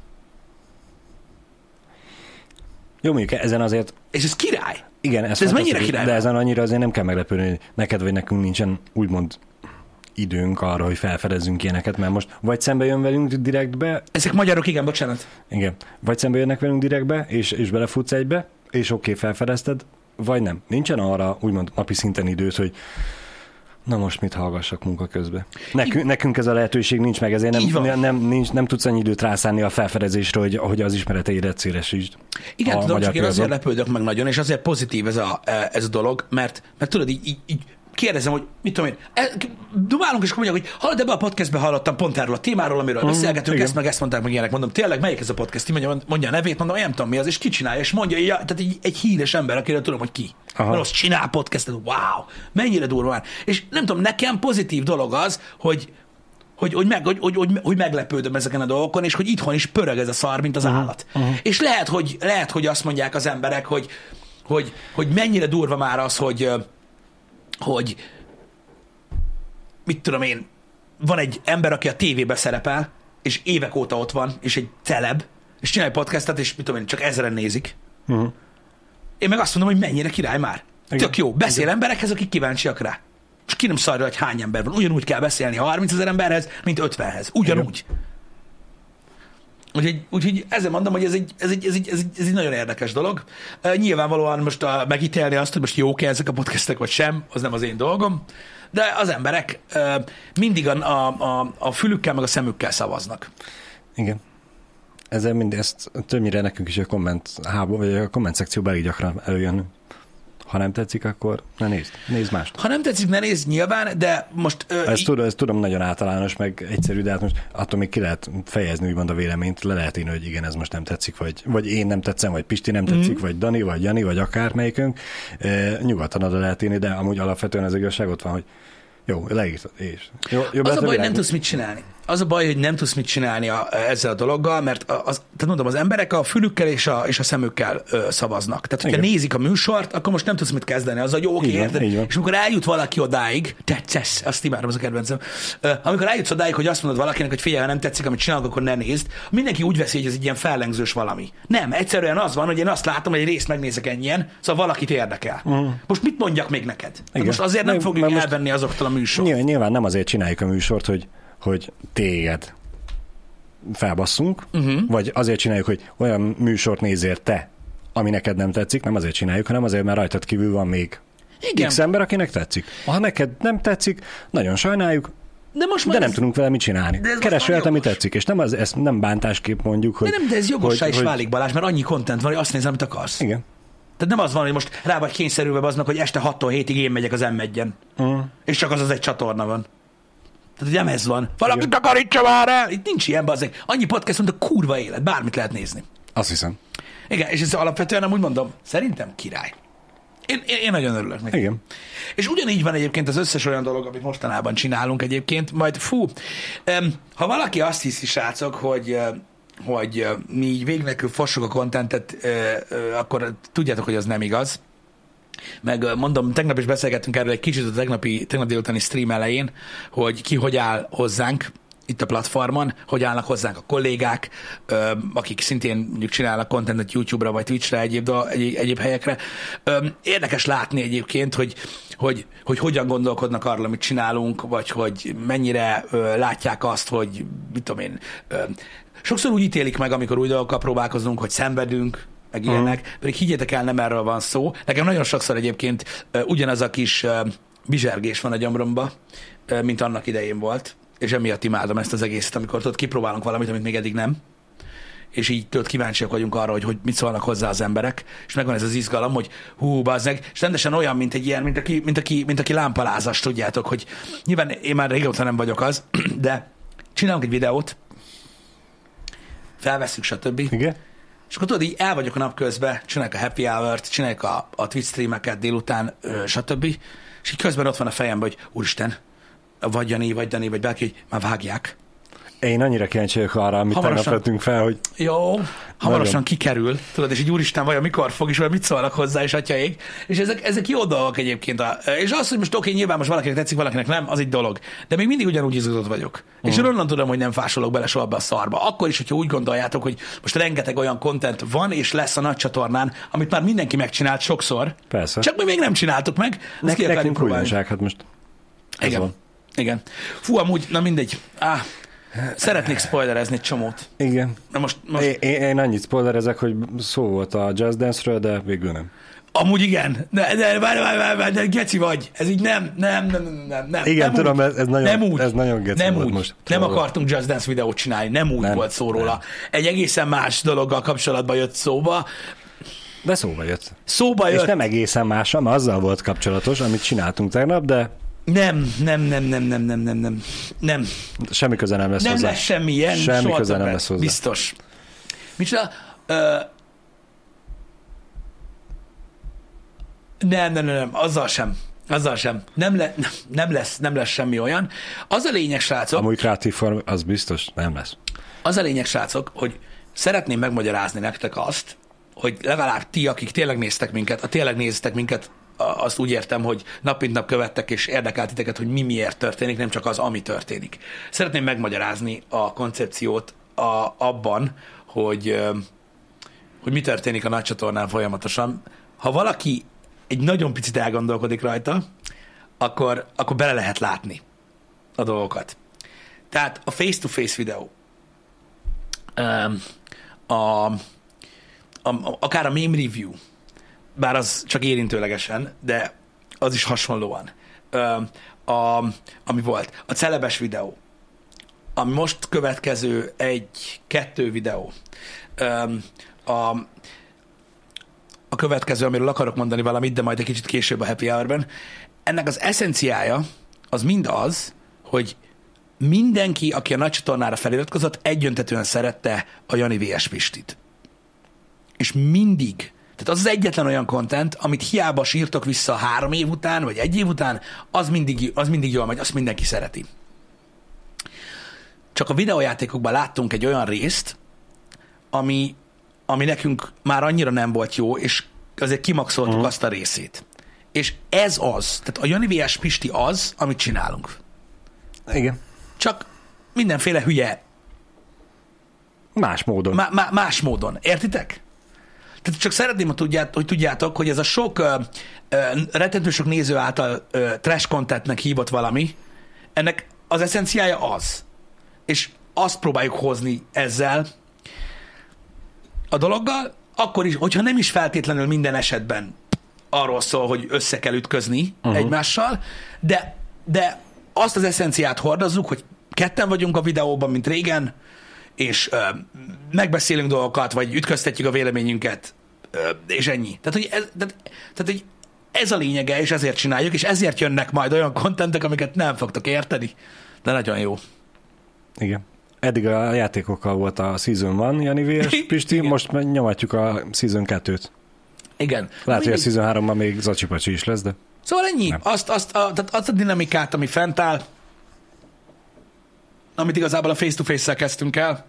Jó, mondjuk ezen azért... És ez király. Igen, ez, ez mennyire király? De ezen annyira azért nem kell meglepődni, hogy neked vagy nekünk nincsen úgymond időnk arra, hogy felfedezzünk ilyeneket, mert most vagy szembe jön velünk direktbe... Ezek magyarok, igen, bocsánat. Igen. Vagy szembe jönnek velünk direktbe, és, és belefutsz egybe, és oké, okay, felfedezted, vagy nem. Nincsen arra úgymond napi szinten időt, hogy na most mit hallgassak munka közben. Nekünk, nekünk ez a lehetőség nincs meg, ezért nem, nem, nem, nincs, nem tudsz annyi időt rászánni a felfedezésre, hogy, hogy az ismereteidet szélesítsd. Igen, tudom, csak én azért lepődök meg nagyon, és azért pozitív ez a, ez a dolog, mert, mert tudod, így, így, így kérdezem, hogy mit tudom én, e, dumálunk, és akkor mondják, hogy hallod, ebbe a podcastben hallottam pont erről a témáról, amiről mm, beszélgetünk, igen. Ezt meg ezt mondták meg ilyenek. Mondom, tényleg, melyik ez a podcast? Mondja, mondja a nevét, mondom, én nem tudom mi az, és ki csinálja, és mondja, ja, tehát egy, egy híres ember, akiről tudom, hogy ki. Aha. Mert azt csinál podcastet, wow, mennyire durva már. És nem tudom, nekem pozitív dolog az, hogy Hogy, hogy, meg, hogy, hogy, hogy, hogy meglepődöm ezeken a dolgokon, és hogy itthon is pörög ez a szar, mint az uh-huh. állat. Uh-huh. És lehet hogy, lehet, hogy azt mondják az emberek, hogy, hogy, hogy mennyire durva már az, hogy, hogy mit tudom én, van egy ember, aki a tévébe szerepel, és évek óta ott van, és egy celeb, és csinálj podcastet, és mit tudom én, csak ezeren nézik. Uh-huh. Én meg azt mondom, hogy mennyire király már. Igen. Tök jó. Beszél Igen. emberekhez, akik kíváncsiak rá. És ki nem szarja, hogy hány ember van. Ugyanúgy kell beszélni harmincezer emberhez, mint ötvenhez. Ugyanúgy. Úgyhogy, úgyhogy ezzel mondom, hogy ez egy, ez, egy, ez, egy, ez, egy, ez egy nagyon érdekes dolog. Uh, nyilvánvalóan most a, megítélni azt, hogy most jók-e ezek a podcastek, vagy sem, az nem az én dolgom. De az emberek uh, mindig a, a, a, a fülükkel, meg a szemükkel szavaznak. Igen. Ezzel mind, ezt többnyire nekünk is a komment háború, vagy a komment szekcióban elég gyakran előjön. Ha nem tetszik, akkor ne nézd. Nézd mást. Ha nem tetszik, ne nézd nyilván, de most... Ö, ezt, tudom, ezt tudom nagyon általános, meg egyszerű, de hát most attól még ki lehet fejezni úgymond a véleményt, le lehet írni, hogy igen, ez most nem tetszik, vagy, vagy én nem tetszem, vagy Pisti nem tetszik, mm-hmm. vagy Dani, vagy Jani, vagy akármelyikünk. E, nyugodtan oda lehet írni, de amúgy alapvetően az igazság ott van, hogy jó, leírtad, és. Jó, az a baj, hogy nem tudsz mit csinálni. Az a baj, hogy nem tudsz mit csinálni a, ezzel a dologgal, mert az, tehát mondom, az emberek a fülükkel és a, és a szemükkel ö, szavaznak. Tehát, hogyha Igen. nézik a műsort, akkor most nem tudsz mit kezdeni. Az a jó, oké, érted? És amikor eljut valaki odáig, tetszesz, azt imádom, az a kedvencem. Ö, amikor eljutsz odáig, hogy azt mondod valakinek, hogy figyelj, ha nem tetszik, amit csinálok, akkor ne nézd, mindenki úgy veszi, hogy ez egy ilyen fellengzős valami. Nem, egyszerűen az van, hogy én azt látom, hogy egy részt megnézek ennyien, szóval valakit érdekel. Uh-huh. Most mit mondjak még neked? Most azért nem meg, fogjuk elvenni azoktól a műsort. Nyilván, nyilván nem azért csináljuk a műsort, hogy hogy téged felbasszunk, uh-huh. vagy azért csináljuk, hogy olyan műsort nézzél te, ami neked nem tetszik, nem azért csináljuk, hanem azért, mert rajtad kívül van még Igen. X ember, akinek tetszik. Ha neked nem tetszik, nagyon sajnáljuk, de, most de nem ez... tudunk vele mit csinálni. Keres olyat, ami tetszik, és nem, az, ezt nem bántásképp mondjuk, hogy... De nem, de ez jogossá is hogy... válik, Balázs, mert annyi content van, hogy azt nézem, amit akarsz. Igen. Tehát nem az van, hogy most rá vagy kényszerülve aznak, hogy este hattól hétig én megyek az em egyen. Uh-huh. És csak az az egy csatorna van. Tehát nem ez van. Valaki takarítsa már el! Itt nincs ilyen, bazzeg. Annyi podcast, mint a kurva élet. Bármit lehet nézni. Azt hiszem. Igen, és ez alapvetően nem úgy mondom, szerintem király. Én, én, én nagyon örülök neki. Igen. És ugyanígy van egyébként az összes olyan dolog, amit mostanában csinálunk egyébként. Majd fú, ha valaki azt hiszi, srácok, hogy, hogy mi így végnekül fossuk a kontentet, akkor tudjátok, hogy az nem igaz. Meg mondom, tegnap is beszélgettünk erről egy kicsit a tegnapi, tegnap délutáni stream elején, hogy ki hogy áll hozzánk itt a platformon, hogy állnak hozzánk a kollégák, akik szintén mondjuk csinálnak contentet YouTube-ra vagy Twitch-re, egyéb, egyéb, egyéb helyekre. Érdekes látni egyébként, hogy hogy, hogy hogyan gondolkodnak arról, amit csinálunk, vagy hogy mennyire ö, látják azt, hogy mit tudom én, ö, sokszor úgy ítélik meg, amikor új dolgokkal próbálkozunk, hogy szenvedünk, meg ilyenek, uh-huh. pedig higgyétek el, nem erről van szó. Nekem nagyon sokszor egyébként ö, ugyanaz a kis ö, bizsergés van a gyomromba, ö, mint annak idején volt, és emiatt imádom ezt az egészet, amikor tudod, kipróbálunk valamit, amit még eddig nem, és így tudod, kíváncsiak vagyunk arra, hogy, hogy mit szólnak hozzá az emberek, és megvan ez az izgalom, hogy hú, bazzeg, és rendesen olyan, mint egy ilyen, mint aki, mint aki, mint aki lámpalázas, tudjátok, hogy nyilván én már régóta nem vagyok az, de csinálunk egy videót, felvesszük, stb. Igen. És akkor tudod, így el vagyok a nap közben, csináljuk a happy hour-t, csináljuk a, a Twitch streameket délután, ö, stb. És így közben ott van a fejemben, hogy úristen, vagy Jani, vagy Dani, vagy bárki, hogy már vágják. Én annyira kíváncsi vagyok arra, amit tegnap vettünk fel, hogy... Jó, hamarosan kikerül, tudod, és így úristen, vajon mikor fog, és vagy mit szólnak hozzá, és atyaik. És ezek, ezek jó dolgok egyébként. És az, hogy most oké, nyilván most valakinek tetszik, valakinek nem, az egy dolog. De még mindig ugyanúgy izgatott vagyok. Mm. És én onnan tudom, hogy nem fásolok bele soha be a szarba. Akkor is, hogyha úgy gondoljátok, hogy most rengeteg olyan content van, és lesz a nagy csatornán, amit már mindenki megcsinált sokszor. Persze. Csak mi még nem csináltuk meg. Nek, ki nekünk újdonság, hát most. Igen. Van. Igen. Fú, amúgy, na mindegy. Áh. Szeretnék spoilerezni egy csomót. Igen. Na most, most... Én, én annyit spoilerezek, hogy szó volt a Just Dance-ről, de végül nem. Amúgy igen. De, de, várj, várj, várj, várj, de geci vagy. Ez így nem, nem, nem, nem, nem. Igen, nem tudom, úgy, ez, ez, nagyon, nem úgy, ez nagyon geci nem volt úgy. most. Nem akartunk Just Dance videót csinálni, nem úgy nem, volt szó róla. Nem. Egy egészen más dologgal kapcsolatban jött szóba. De szóba jött. Szóba jött. És nem egészen más, mert azzal volt kapcsolatos, amit csináltunk tegnap, de... Nem, nem, nem, nem, nem, nem, nem, nem, nem. Semmi köze nem lesz nem hozzá. Nem lesz semmi ilyen, semmi köze nem lesz hozzá. Biztos. Micsoda? Ö... Nem, nem, nem, nem, azzal sem. Azzal sem. Nem, le, nem, lesz, nem lesz semmi olyan. Az a lényeg, srácok... Amúgy kreatív form, az biztos nem lesz. Az a lényeg, srácok, hogy szeretném megmagyarázni nektek azt, hogy legalább ti, akik tényleg néztek minket, a tényleg néztek minket, azt úgy értem, hogy nap mint nap követtek, és érdekelt titeket, hogy mi miért történik, nem csak az, ami történik. Szeretném megmagyarázni a koncepciót a, abban, hogy, hogy mi történik a nagy csatornán folyamatosan. Ha valaki egy nagyon picit elgondolkodik rajta, akkor, akkor bele lehet látni a dolgokat. Tehát a face-to-face videó, a, a, a, akár a meme review, bár az csak érintőlegesen, de az is hasonlóan. A, ami volt. A celebes videó. A most következő egy-kettő videó. A, a következő, amiről akarok mondani valamit, de majd egy kicsit később a happy hour-ben. Ennek az eszenciája az mind az, hogy mindenki, aki a nagy csatornára feliratkozott, egyöntetően szerette a Jani vé es Pistit. És mindig, tehát az az egyetlen olyan content, amit hiába sírtok vissza három év után, vagy egy év után, az mindig, az mindig jól megy, azt mindenki szereti. Csak a videójátékokban láttunk egy olyan részt, ami, ami nekünk már annyira nem volt jó, és azért kimaxoltuk uh-huh. azt a részét. És ez az, tehát a Jani vé es Pisti az, amit csinálunk. Igen. Csak mindenféle hülye. Más módon. Má, má, más módon. Értitek? Tehát csak szeretném, hogy tudjátok, hogy, tudjátok, hogy ez a sok, uh, uh, rettentő sok néző által uh, trash contentnek hívott valami, ennek az eszenciája az. És azt próbáljuk hozni ezzel a dologgal, akkor is, hogyha nem is feltétlenül minden esetben arról szól, hogy össze kell ütközni uh-huh. egymással, de, de azt az eszenciát hordozzuk, hogy ketten vagyunk a videóban, mint régen, és ö, megbeszélünk dolgokat, vagy ütköztetjük a véleményünket, ö, és ennyi. Tehát hogy, ez, tehát, tehát, hogy ez a lényege, és ezért csináljuk, és ezért jönnek majd olyan kontentek, amiket nem fogtok érteni, de nagyon jó. Igen. Eddig a játékokkal volt a Season egy, Jani vé es Pisti, igen. Most nyomatjuk a Season kettőt. Igen. Lehet, hogy a Season háromban még zacsipacsi is lesz, de... Szóval ennyi. Azt, azt, a, tehát azt a dinamikát, ami fent áll, amit igazából a face-to-face-szel kezdtünk el,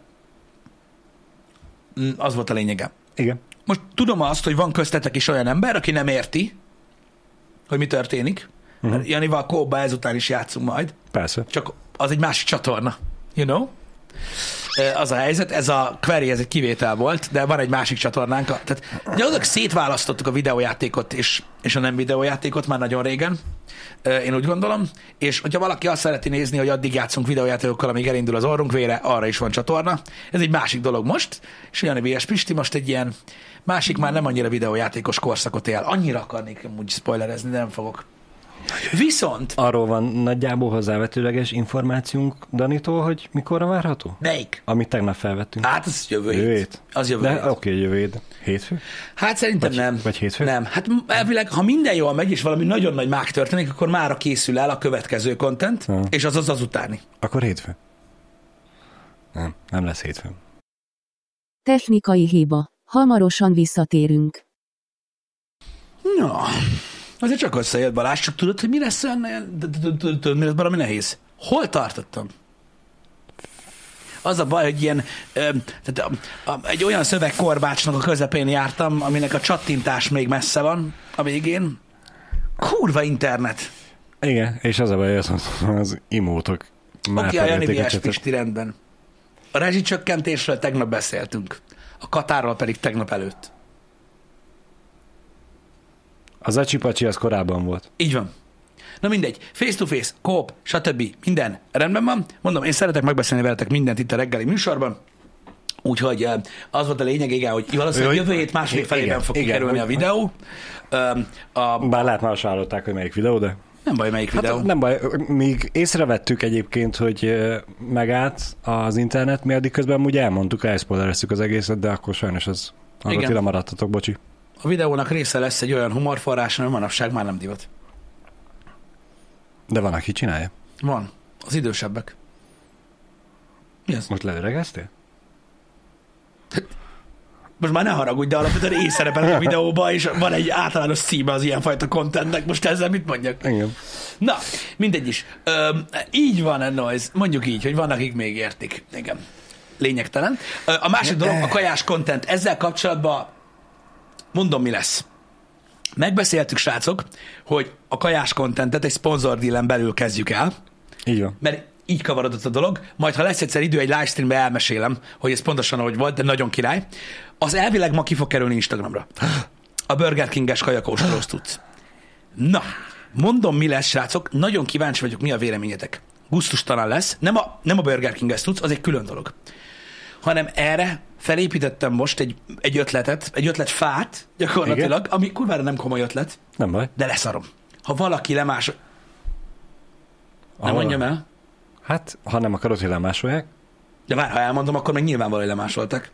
az volt a lényege. Igen. Most tudom azt, hogy van köztetek is olyan ember, aki nem érti, hogy mi történik. Uh-huh. Janival kóba ezután is játszunk majd. Persze. Csak az egy másik csatorna. You know? Az a helyzet, ez a query, ez egy kivétel volt, de van egy másik csatornánk. Tehát gyakorlatilag szétválasztottuk a videójátékot és, és a nem videójátékot már nagyon régen, én úgy gondolom, és hogyha valaki azt szereti nézni, hogy addig játszunk videójátékokkal, amíg elindul az orrunk vére, arra is van csatorna. Ez egy másik dolog most, és Jani vé es Pisti most egy ilyen másik, már nem annyira videójátékos korszakot él. Annyira akarnék úgy spoilerezni, de nem fogok. Viszont... Arról van nagyjából hozzávetőleges információnk Danitól, hogy mikorra várható? Melyik? Amit tegnap felvettünk. Hát az jövő hét. Jövő hét? Az jövő De hét. oké, okay, jövő hét. Hétfő? Hát szerintem vagy, nem. Vagy hétfő? Nem. Hát elvileg, ha minden jól megy, és valami nagyon nagy mák történik, akkor mára készül el a következő content, ha. és az az az utáni. Akkor hétfő? Nem, nem lesz hétfő. Technikai hiba. Hamarosan visszatérünk. Na, azért csak összejött Balázs, csak tudod, hogy mi lesz olyan, tudod, mi lesz valami nehéz? Hol tartottam? Az a baj, hogy ilyen, tehát egy olyan szövegkorbácsnak a közepén jártam, aminek a csattintás még messze van a végén. Kurva internet. Igen, és az a baj, az, az imótok. Oké, okay, a Jani vé es Pisti rendben. A rezsicsökkentésről tegnap beszéltünk. A Katárról pedig tegnap előtt. Az acsipacsi az korábban volt. Így van. Na mindegy, face-to-face, co-op, stb. Minden rendben van. Mondom, én szeretek megbeszélni veletek mindent itt a reggeli műsorban. Úgyhogy az volt a lényeg, igen, hogy valószínűleg jövő hét második felében fog kikerülni a videó. A... Bár lehet már hallották, hogy melyik videó, de... Nem baj, melyik videó. Hát, nem baj, míg észrevettük egyébként, hogy megállt az internet, mi addig közben úgy elmondtuk, elszpoilereztük az egészet, de akkor sajnos az arra tira maradtatok, bocsi. A videónak része lesz egy olyan humorforrás, ami manapság már nem divat. De van, aki csinálja? Van. Az idősebbek. Mi az? Most leöregeztél? Most már ne haragudj, de alapvetően én szerepelek a videóban, és van egy általános címe az ilyenfajta contentnek. Most ezzel mit mondjak? Igen. Na, mindegy is. Ö, így van a noise. Mondjuk így, hogy van, akik még értik. Igen. Lényegtelen. Ö, a másik dolog, a kajás content. Ezzel kapcsolatban mondom, mi lesz. Megbeszéltük, srácok, hogy a kajás contentet egy szponzor dealen belül kezdjük el. Így van. Mert így kavarodott a dolog. Majd, ha lesz egyszer idő, egy livestreambe elmesélem, hogy ez pontosan ahogy volt, de nagyon király. Az elvileg ma ki fog kerülni Instagramra. A Burger King-es kajakóstolóz tudsz. Na, mondom, mi lesz, srácok. Nagyon kíváncsi vagyok, mi a véleményetek. Gusztustalan lesz. Nem a, nem a Burger King-es tudsz, az egy külön dolog. Hanem erre felépítettem most egy, egy ötletet, egy ötletfát gyakorlatilag, igen? Ami kurvára nem komoly ötlet. Nem baj. De leszarom. Ha valaki lemásol... Nem mondjam el. Hát, ha nem akarod, hogy lemásolják. De várj, ha elmondom, akkor meg nyilvánvalóan lemásoltak.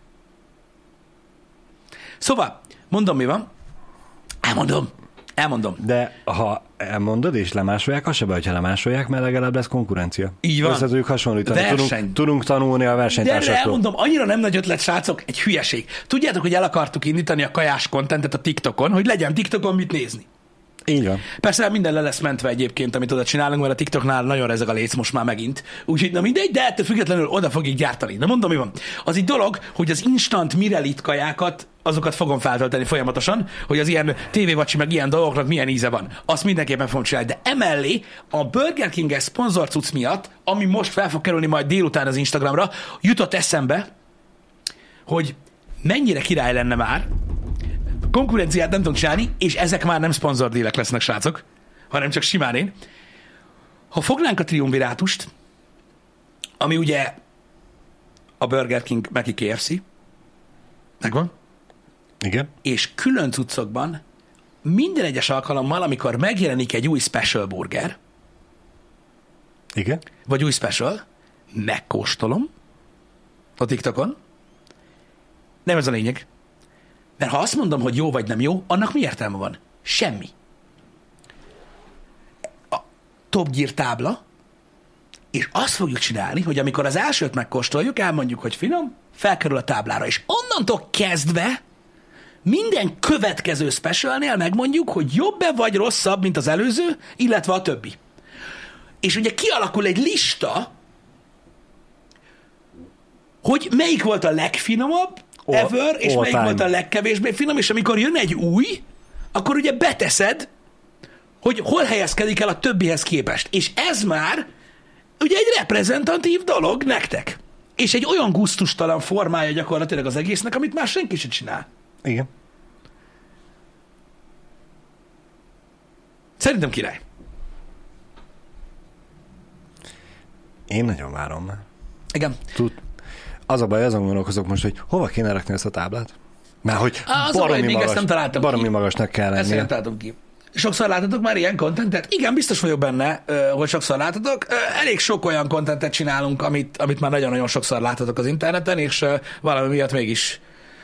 Szóval, mondom, mi van. Elmondom. Elmondom. De ha elmondod és lemásolják, az se baj, ha lemásolják, mert legalább lesz konkurencia. Így van. Össze tudjuk hasonlítani. Tudunk, tudunk tanulni a versenytársaktól. De elmondom, annyira nem nagy ötlet, srácok, egy hülyeség. Tudjátok, hogy el akartuk indítani a kajás contentet a TikTokon, hogy legyen TikTokon mit nézni. Így van. Persze minden le lesz mentve egyébként, amit oda csinálunk, mert a TikToknál nagyon rezeg a léc most már megint. Úgyhogy na mindegy, de ettől függetlenül oda fogjuk gyártani. De mondom, mi van. Az egy dolog, hogy az instant mirelit kajákat, azokat fogom feltölteni folyamatosan, hogy az ilyen tévévacsi meg ilyen dolgoknak milyen íze van. Azt mindenképpen fogom csinálni. De emellé a Burger King-es szponzor cucc miatt, ami most fel fog kerülni majd délután az Instagramra, jutott eszembe, hogy mennyire király lenne már, konkurenciát nem tudunk csinálni, és ezek már nem szponzordílek lesznek, srácok, hanem csak simán én. Ha fognánk a triumvirátust, ami ugye a Burger King, Meki ká ef cé, megvan? Igen. És külön cuccokban minden egyes alkalommal, amikor megjelenik egy új special burger, igen, vagy új special, megkóstolom a TikTokon. Nem ez a lényeg. Mert ha azt mondom, hogy jó vagy nem jó, annak mi értelme van? Semmi. A Top Gear tábla, és azt fogjuk csinálni, hogy amikor az elsőt megkóstoljuk, elmondjuk, hogy finom, felkerül a táblára, és onnantól kezdve minden következő specialnél megmondjuk, hogy jobb-e vagy rosszabb, mint az előző, illetve a többi. És ugye kialakul egy lista, hogy melyik volt a legfinomabb, ever, és all melyik time. volt a legkevésbé finom, és amikor jön egy új, akkor ugye beteszed, hogy hol helyezkedik el a többihez képest. És ez már ugye egy reprezentatív dolog nektek. és egy olyan gusztustalan formája gyakorlatilag az egésznek, amit már senki sem csinál. Igen. Szerintem király. Én nagyon várom már. Igen. Tud. Az a baj, azon gondolkozok most, hogy hova kéne rakni ezt a táblát? Mert hogy az baromi, baj, magas, még ezt nem találtam baromi ki. magasnak kell lennie. Ezt nem találtam ki. Sokszor láttatok már ilyen kontentet? Igen, biztos vagyok benne, hogy sokszor láttatok. Elég sok olyan kontentet csinálunk, amit, amit már nagyon-nagyon sokszor láttatok az interneten, és valami miatt mégis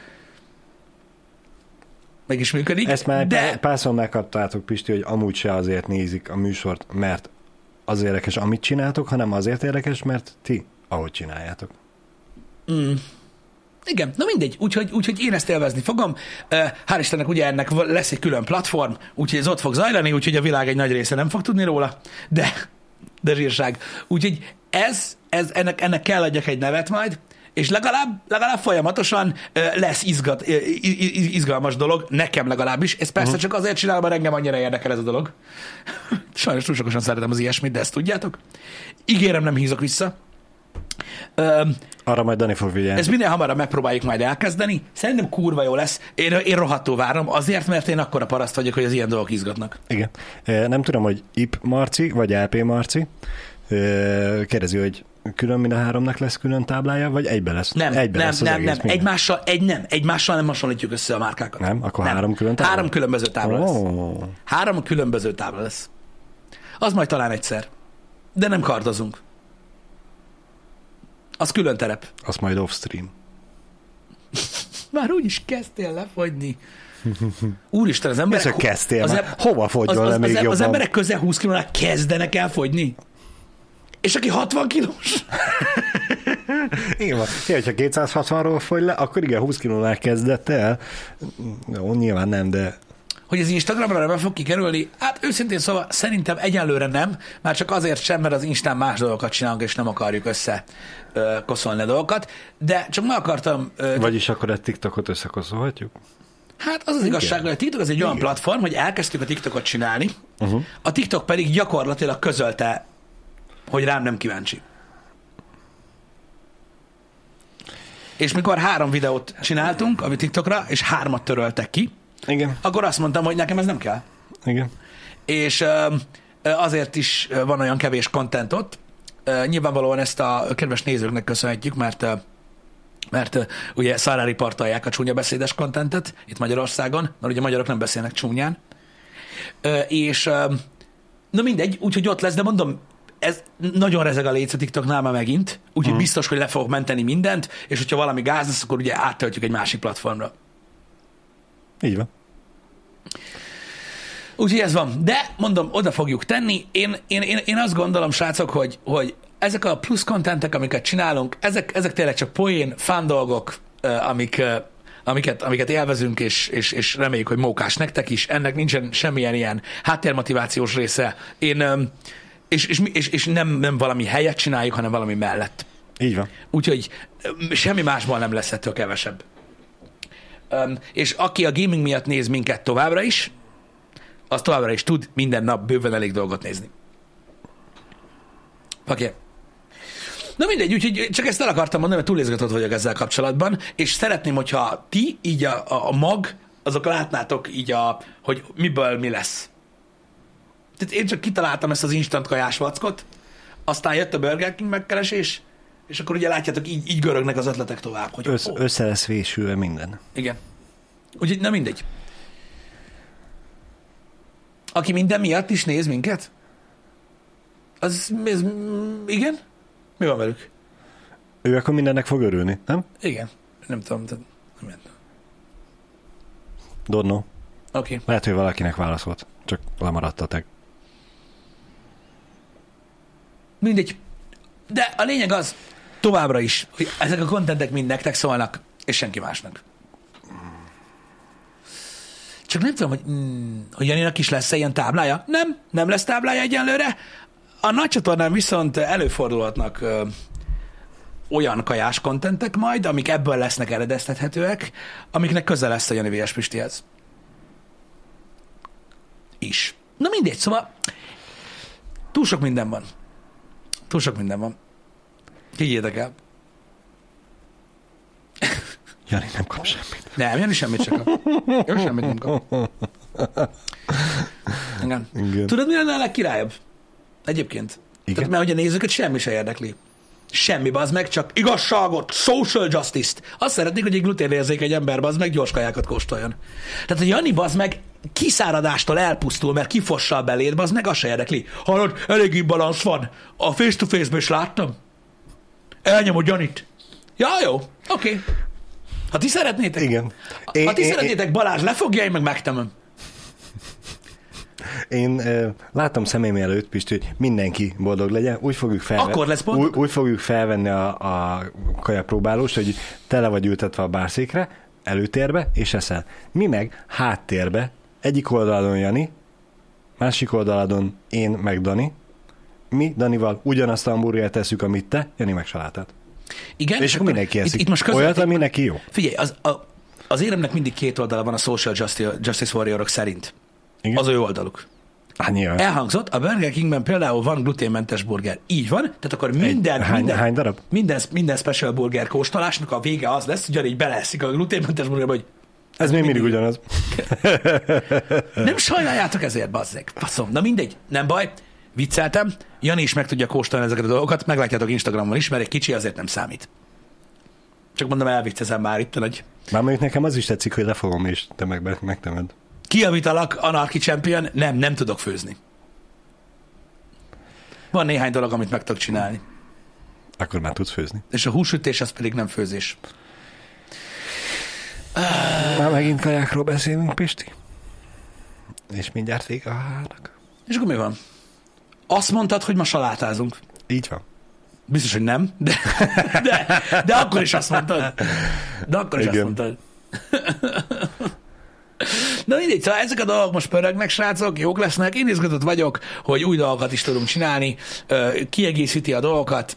mégis működik. Ezt már de... párszor megkaptátok, Pisti, hogy amúgy se azért nézik a műsort, mert az érdekes, amit csináltok, hanem azért érdekes, mert ti, ahogy csináljátok. Mm. Igen, na mindegy, úgyhogy, úgyhogy én ezt élvezni fogom. Hál' Istennek ugye ennek lesz egy külön platform, úgyhogy ez ott fog zajlani, úgyhogy a világ egy nagy része nem fog tudni róla, de, de zsírság. Úgyhogy ez, ez ennek, ennek kell adjak egy nevet majd, és legalább, legalább folyamatosan lesz izgat, izgalmas dolog, nekem legalábbis. Ez persze uh-huh. csak azért csinálom, mert engem annyira érdekel ez a dolog. Sajnos túl sokosan szeretem az ilyesmit, de ezt tudjátok. Ígérem, nem hízok vissza. Um, Arra majd Dani fog figyelni. Ezt minél hamarabb megpróbáljuk majd elkezdeni. Szerintem kurva jó lesz. Én, én rohadtul várom, azért, mert én akkora paraszt vagyok, hogy az ilyen dolgok izgatnak. Igen. Nem tudom, hogy I P Marci, vagy L P Marci kérdezi, hogy külön mind a háromnak lesz külön táblája, vagy egybe lesz? Nem, egybe nem, lesz nem, nem. Egymással, egy nem. Egymással nem hasonlítjuk össze a márkákat. Nem? Akkor nem. három külön tábla? Három különböző tábla lesz. Oh. Három különböző tábla lesz. Az majd talán egyszer. De nem kardozunk. Az külön terep. Az majd off-stream. Már úgy is kezdtél lefogyni. Úristen, az emberek... Ez, hogy kezdtél az em- Hova fogyjon az, az, le még az, jobban? Az emberek közel húsz kilónál kezdenek el fogyni. És aki hatvan kilós? Igen, hogyha kétszázhatvanról fogy le, akkor igen, húsz kilónál kezdett el. Jó, nyilván nem, de... Hogy az Instagramra nem fog kikerülni? Hát őszintén szóval szerintem egyelőre nem, már csak azért sem, mert az Instán más dolgokat csinálunk, és nem akarjuk össze ö, koszolni a dolgokat, de csak meg akartam... Ö, Vagyis akkor a TikTokot összekoszolhatjuk? Hát az az igazság, hogy a TikTok az egy igen. olyan platform, hogy elkezdtük a TikTokot csinálni, uh-huh. a TikTok pedig gyakorlatilag közölte, hogy rám nem kíváncsi. És mikor három videót csináltunk a TikTokra, és hármat töröltek ki, igen. akkor azt mondtam, hogy nekem ez nem kell. Igen. És uh, azért is van olyan kevés content ott. Uh, nyilvánvalóan ezt a kedves nézőknek köszönhetjük, mert, uh, mert uh, ugye szarrá ripartolják a csúnya beszédes contentet itt Magyarországon, mert ugye magyarok nem beszélnek csúnyán. Uh, és uh, na mindegy, úgyhogy ott lesz, de mondom, ez nagyon rezeg a léc a TikToknál már megint, úgyhogy mm. biztos, hogy le fogok menteni mindent, és hogyha valami gáz lesz, akkor ugye áttöltjük egy másik platformra. Így van. Úgyhogy ez van. De mondom, oda fogjuk tenni. Én, én, én, én azt gondolom, srácok, hogy, hogy ezek a plusz kontentek, amiket csinálunk, ezek, ezek tényleg csak poén, fán dolgok, amik, amiket, amiket élvezünk, és, és, és reméljük, hogy mókás nektek is. Ennek nincsen semmilyen ilyen háttérmotivációs része. Én, és, és, és, és nem, nem valami helyet csináljuk, hanem valami mellett. Így van. Úgyhogy semmi másból nem lesz ettől kevesebb. Um, és aki a gaming miatt néz minket továbbra is, az továbbra is tud minden nap bőven elég dolgot nézni. Oké. Okay. Na mindegy, úgyhogy csak ezt el akartam mondani, mert túlézgatott vagyok ezzel kapcsolatban, és szeretném, hogyha ti így a, a, a mag, azok látnátok így, a, hogy miből mi lesz. Tehát én csak kitaláltam ezt az instant kajás vackot, aztán jött a Burger King megkeresés, és akkor ugye látjátok, így, így görögnek az ötletek tovább. Hogy Össz, össze lesz vésülve minden. Igen. Úgyhogy nem mindegy. Aki minden miatt is néz minket? Az, ez, igen? Mi van velük? Ő akkor mindennek fog örülni, nem? Igen. Nem tudom. Nem tudom. Don't know. Oké. Okay. Lehet, hogy valakinek válaszolt. Csak lemaradtatek. Mindegy. De a lényeg az, továbbra is, hogy ezek a kontentek mind nektek szólnak, és senki másnak. Csak nem tudom, hogy, mm, hogy Janinak is lesz-e ilyen táblája. Nem, nem lesz táblája egyenlőre. A nagy csatornán viszont előfordulhatnak ö, olyan kajás kontentek majd, amik ebből lesznek eredeztethetőek, amiknek közel lesz a Jani vé es Pistihez. Is. Na mindegy, szóval túl sok minden van. Túl sok minden van. Higgyétek el. Jani nem kap semmit. Nem, Jani semmit sem kap. Ő semmit nem kap. Igen. Igen. Tudod, mi lenne a legkirályabb? Egyébként. Igen? Tehát, mert hogy a nézőket semmi se érdekli. Semmi, bazd meg, csak igazságot, social justice-t. Azt szeretnék, hogy egy gluténérzékeny ember, bazd meg, gyors kajákat kóstoljon. Tehát, hogy Jani, bazd meg, kiszáradástól elpusztul, mert kifossa a belét, bazd meg, azt se érdekli. Hallod, eléggé balansz van. A face-to-face-ből is láttam. Elnyomod Janit. Ja, jó, oké. Okay. Ha ti szeretnétek, igen. Én, ha ti én, szeretnétek, én, Balázs lefogja, én meg megtemem. Én uh, láttam szemém előtt, Pisti, hogy mindenki boldog legyen, úgy fogjuk, felve- Akkor lesz úgy, úgy fogjuk felvenni a, a kajapróbálóst, hogy tele vagy ültetve a bárszékre, előtérbe, és eszel. Mi meg háttérbe, egyik oldalon Jani, másik oldalon én meg Dani, mi Danival ugyanazt a hamburgert tesszük, amit te, Jani meg salátát. Igen, és akkor mindenki eszik. Itt, itt most között, olyat, ami neki jó. Figyelj, az, a, az éremnek mindig két oldala van a Social Justice, Justice Warriorok szerint. Igen? Az ő oldaluk. Hát, elhangzott, a Burger Kingben például van gluténmentes burger. Így van, tehát akkor minden, Egy, hány, minden, hány darab? Minden, minden special burger kóstolásnak a vége az lesz, ugyanígy beleeszik a gluténmentes burgerbe, hogy ez még mindig ugyanaz. Nem sajnáljátok ezért, bazzeg. Faszom. Na mindegy, nem baj. Vicceltem. Jani is meg tudja kóstolni ezeket a dolgokat. Meglátjátok Instagramon is, mert egy kicsi azért nem számít. Csak mondom, elviccezem már itt nagy. Már mondjuk nekem az is tetszik, hogy lefogom és te meg megtemed. Kijavítalak, Anarchy Champion, nem, nem tudok főzni. Van néhány dolog, amit meg tudok csinálni. Akkor már tudsz főzni. És a húsütés az pedig nem főzés. Már megint kajákról beszélünk, Pisti. És mindjárt vége a hárnak. És akkor mi van? Azt mondtad, hogy ma salátázunk. Így van. Biztos, hogy nem, de, de, de akkor is azt mondtad. De akkor is Igen. azt mondtad. Na mindegy, szóval ezek a dolgok most pörögnek, srácok, jók lesznek. Én izgatott vagyok, hogy új dolgokat is tudunk csinálni, kiegészíti a dolgokat.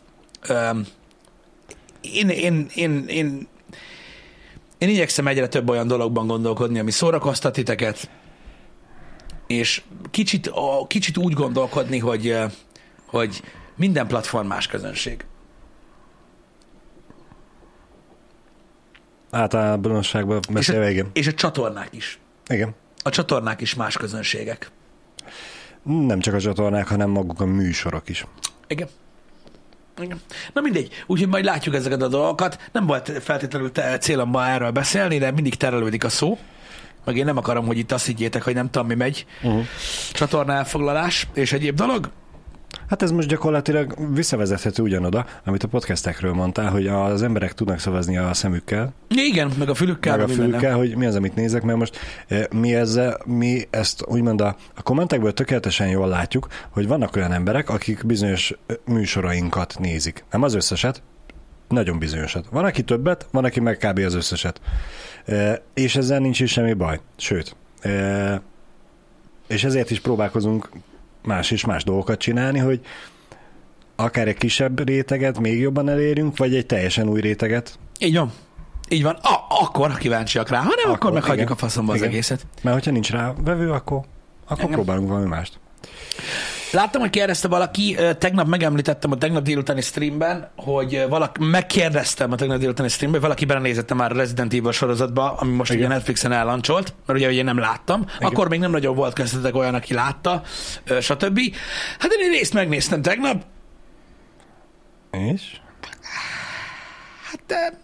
Én, én, én, én, én igyekszem egyre több olyan dologban gondolkodni, ami szórakoztat titeket, és kicsit, kicsit úgy gondolkodni, hogy, hogy minden platform más közönség. Általánosságban beszélve, igen. És a csatornák is. Igen. A csatornák is más közönségek. Nem csak a csatornák, hanem maguk a műsorok is. Igen. Igen. Na mindegy, úgyhogy majd látjuk ezeket a dolgokat. Nem volt feltétlenül célom ma erről beszélni, de mindig terelődik a szó. Meg én nem akarom, hogy itt azt higgyétek, hogy nem tudom, mi megy. Uh-huh. Csatorna elfoglalás és egyéb dolog. Hát ez most gyakorlatilag visszavezethető ugyanoda, amit a podcastekről mondtál, hogy az emberek tudnak szavazni a szemükkel. Igen, meg a fülükkel. Meg a fülükkel, hogy mi az, amit nézek, mert most mi, ezzel, mi ezt úgymond a, a kommentekből tökéletesen jól látjuk, hogy vannak olyan emberek, akik bizonyos műsorainkat nézik. Nem az összeset, nagyon bizonyosat. Van, aki többet, van, aki meg kb. Az összeset. És ezzel nincs is semmi baj. Sőt. És ezért is próbálkozunk más és más dolgokat csinálni, hogy akár egy kisebb réteget még jobban elérjünk, vagy egy teljesen új réteget. Így van. Így van. Ah, akkor kíváncsiak rá. Ha nem, akkor, akkor meghagyjuk a faszomba az egészet. Mert hogyha nincs rá vevő, akkor, akkor próbálunk valami mást. Láttam, hogy kérdezte valaki, tegnap megemlítettem a tegnap délutáni streamben, hogy valaki, megkérdeztem a tegnap délutáni streamben, hogy valaki belenézette már a Resident Evil sorozatba, ami most Igen. ugye Netflixen ellancsolt, mert ugye, ugye én nem láttam. Igen. Akkor még nem nagyon volt köztetek olyan, aki látta, stb. Hát én részt megnéztem tegnap. És? Hát de...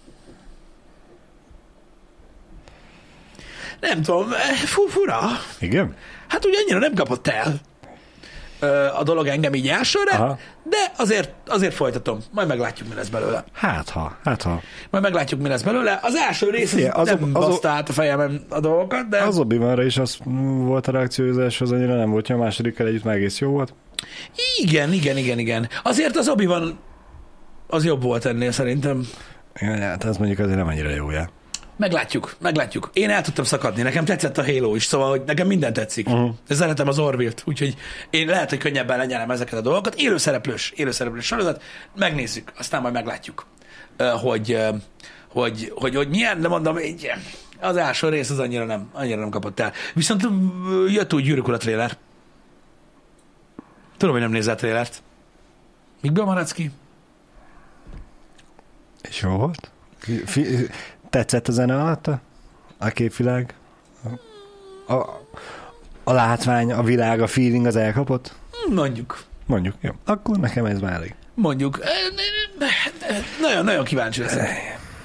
nem tudom, fú, fura. Igen? Hát ugye annyira nem kapott el a dolog engem így elsőre, Aha. de azért, azért folytatom. Majd meglátjuk, mi lesz belőle. Hát ha, hát ha. Majd meglátjuk, mi lesz belőle. Az első rész Fie, az, nem az baszta át a fejemen a dolgokat, de... Az Obi-Wanra is az volt a reakció, az első az annyira nem volt, hogy a másodikkal együtt már egész jó volt. Igen, igen, igen, igen. Azért az Obi-Wan az jobb volt ennél szerintem. Igen, hát ez mondjuk azért nem annyira jó, já. Meglátjuk, meglátjuk. Én el tudtam szakadni, nekem tetszett a Halo is, szóval hogy nekem minden tetszik. Uh-huh. Szeretem az Orville-t, úgyhogy én lehet, hogy könnyebben lenyelem ezeket a dolgokat. Élőszereplős, élőszereplős sorozat, megnézzük, aztán majd meglátjuk, hogy, hogy, hogy, hogy milyen, de mondom, így, az első rész az annyira nem, annyira nem kapott el. Viszont jött úgy Gyűrűk Ura trailer. Tudom, hogy nem nézel trailert. Mikből maradsz ki? És jó volt? Fi- Tetszett a zene alatta? A képvilág? A, a látvány, a világ, a feeling az elkapott? Mondjuk. Mondjuk, jó. Akkor nekem ez már elég. Mondjuk. Nagyon-nagyon kíváncsi leszek.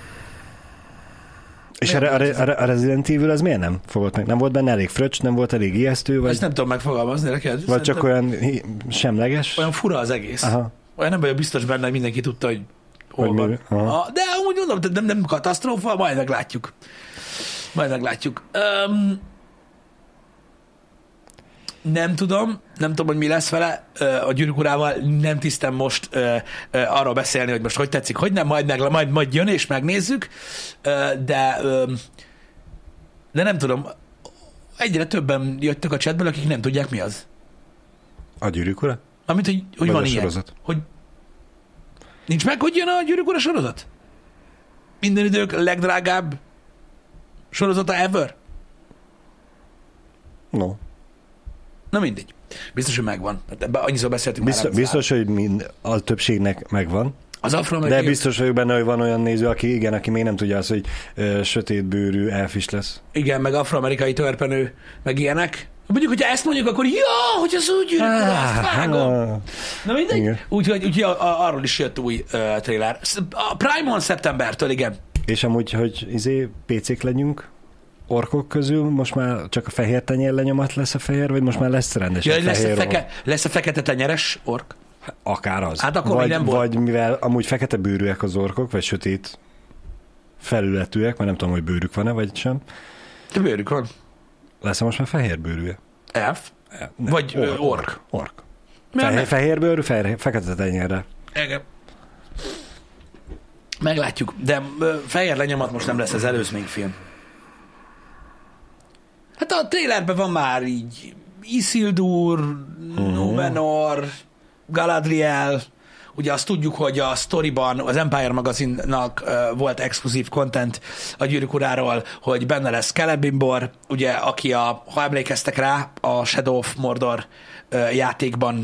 És a, a, a, a Resident Evil az miért nem fogott meg? Nem volt benne elég fröccs, nem volt elég ijesztő? Vagy, ezt nem tudom megfogalmazni neked. Vagy csak olyan semleges? Olyan fura az egész. Aha. Olyan nem vagyok biztos benne, hogy mindenki tudta, hogy hol hogy van. Mi? De úgy mondom, nem, nem katasztrófa, majd meglátjuk. Majd meglátjuk. Um, nem tudom, nem tudom, hogy mi lesz vele. A Gyűrűk Urával nem tisztem most uh, uh, arról beszélni, hogy most hogy tetszik, hogy nem, majd, meg, majd, majd jön és megnézzük, uh, de, um, de nem tudom, egyre többen jöttek a chatből, akik nem tudják, mi az. A Gyűrűk Ura? Amit, hogy, hogy van ilyen. Sorozat. Hogy nincs meg, hogy jön a Gyűrűk Ura sorozat? Minden idők legdrágább sorozata ever? No. Na mindegy. Biztos, hogy megvan. Ebben annyiszor beszéltünk biztos, már. Biztos, hogy mind, a többségnek megvan. Az afroamerikai... De biztos vagyok benne, hogy van olyan néző, aki igen, aki még nem tudja azt, hogy ö, sötétbőrű elf is lesz. Igen, meg afroamerikai törpenő, meg ilyenek. Mondjuk, hogyha ezt mondjuk, akkor ja, hogy az úgy Gyűrűk Ura, azt vágom. Na mindegy. Úgyhogy úgy, arról is jött új uh, trailer. A Prime-on szeptembertől, igen. És amúgy, hogy izé pé cék legyünk, orkok közül most már csak a fehér tenyér lenyomat lesz a fehér, vagy most már lesz rendesen ja, fehér lesz, a feke, lesz a fekete tenyeres ork? Akár az. Hát akkor vagy, nem volt. Vagy mivel amúgy fekete bőrűek az orkok, vagy sötét felületűek, mert nem tudom, hogy bőrük van-e, vagy sem. De bőrük van. Lesz most már fehér bőrűje? Elf? Nem, vagy ork? Ork. ork. Fehér, fehér bőrű, fehér, fekete tenyérre. Igen. Meglátjuk, de fehér lenyomat most nem lesz az előzményfilm. Hát a trailerben van már így Isildur, uh-huh. Númenor, Galadriel, ugye azt tudjuk, hogy a sztoriban az Empire magazinnak uh, volt exkluzív content a Gyűrűk Uráról, hogy benne lesz Celebrimbor, ugye, aki a, ha emlékeztek rá, a Shadow of Mordor uh, játékban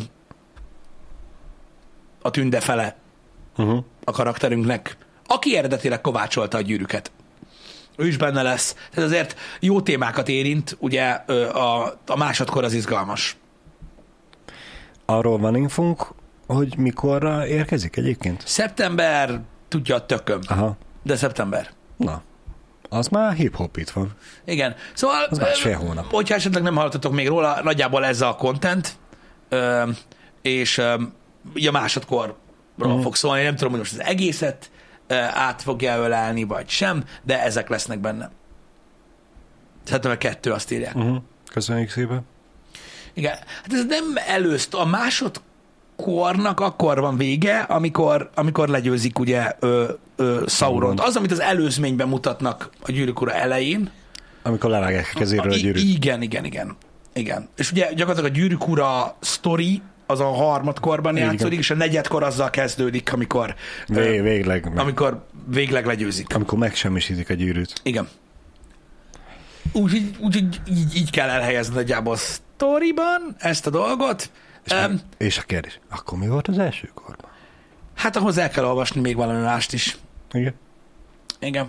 a tündefele uh-huh. a karakterünknek, aki eredetileg kovácsolta a gyűrűket. Ő is benne lesz. Tehát azért jó témákat érint, ugye a, a másodkor az izgalmas. Arról van infónk, hogy mikorra érkezik egyébként? Szeptember, tudja a tököm. Aha. De szeptember. Na, az már hip-hop itt van. Igen. Szóval, az másfél hónap. Hogyha esetleg nem hallottatok még róla, nagyjából ez a content, és a másodkorról mm. fog szólni. Nem tudom, hogy most az egészet át fogja ölelni, vagy sem, de ezek lesznek benne. Szeptember kettő, azt írják. Uh-huh. Köszönjük szépen. Igen. Hát ez nem előzt. A másodkornak akkor van vége, amikor, amikor legyőzik ugye ö, ö, Sauront. Az, amit az előzményben mutatnak a Gyűrűk Ura elején. Amikor levágják a kezéről a, a gyűrűt. Igen, igen, igen. igen. És ugye gyakorlatilag a Gyűrűk Ura sztori az a harmadkorban játszódik, és a negyedkor azzal kezdődik, amikor Vé, végleg, amikor végleg legyőzik. Amikor megsemmisítik a gyűrűt. Igen. Úgyhogy úgy, úgy, így, így kell elhelyezni nagyjából a sztoriban ezt a dolgot. És, um, meg, és a kérdés, akkor mi volt az első korban? Hát ahhoz el kell olvasni még valami mást is. Igen. Igen.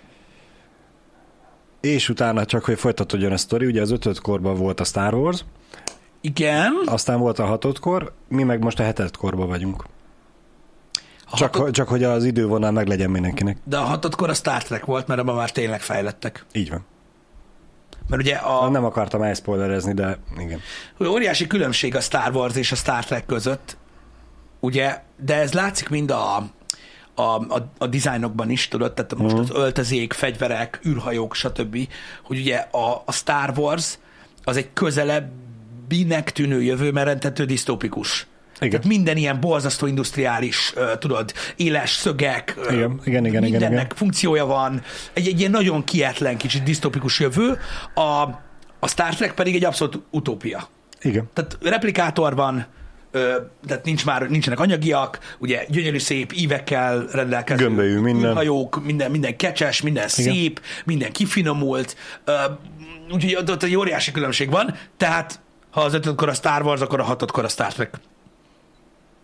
És utána csak, hogy folytatódjon a sztori, ugye az ötöd korban volt a Star Wars. Igen. Aztán volt a hatodkor, mi meg most a hetedkorban vagyunk. Csak, hatod... csak hogy az idővonal meg legyen mindenkinek. De a hatodkor a Star Trek volt, mert abban már tényleg fejlettek. Így van. Mert ugye a... Nem akartam elszpoilerezni, de igen. Óriási különbség a Star Wars és a Star Trek között, ugye, de ez látszik mind a, a, a, a dizájnokban is, tudod, tehát most uh-huh. az öltözék, fegyverek, űrhajók, stb., hogy ugye a, a Star Wars az egy közelebbinek tűnő jövőmerentető disztópikus. Igen. Tehát minden ilyen borzasztó industriális, uh, tudod, éles szögek, uh, igen, igen, igen, mindennek igen, igen. funkciója van, egy, egy ilyen nagyon kietlen, kicsit disztópikus jövő, a, a Star Trek pedig egy abszolút utópia. Igen. Tehát replikátor van, uh, tehát nincs már, nincsenek anyagiak, ugye gyönyörű szép ívekkel rendelkező gömbölyű minden. hajók, minden, minden kecses, minden igen. szép, minden kifinomult, uh, úgyhogy ott egy óriási különbség van, tehát ha az ötödkor a Star Wars, akkor a hatodkor a Star Trek.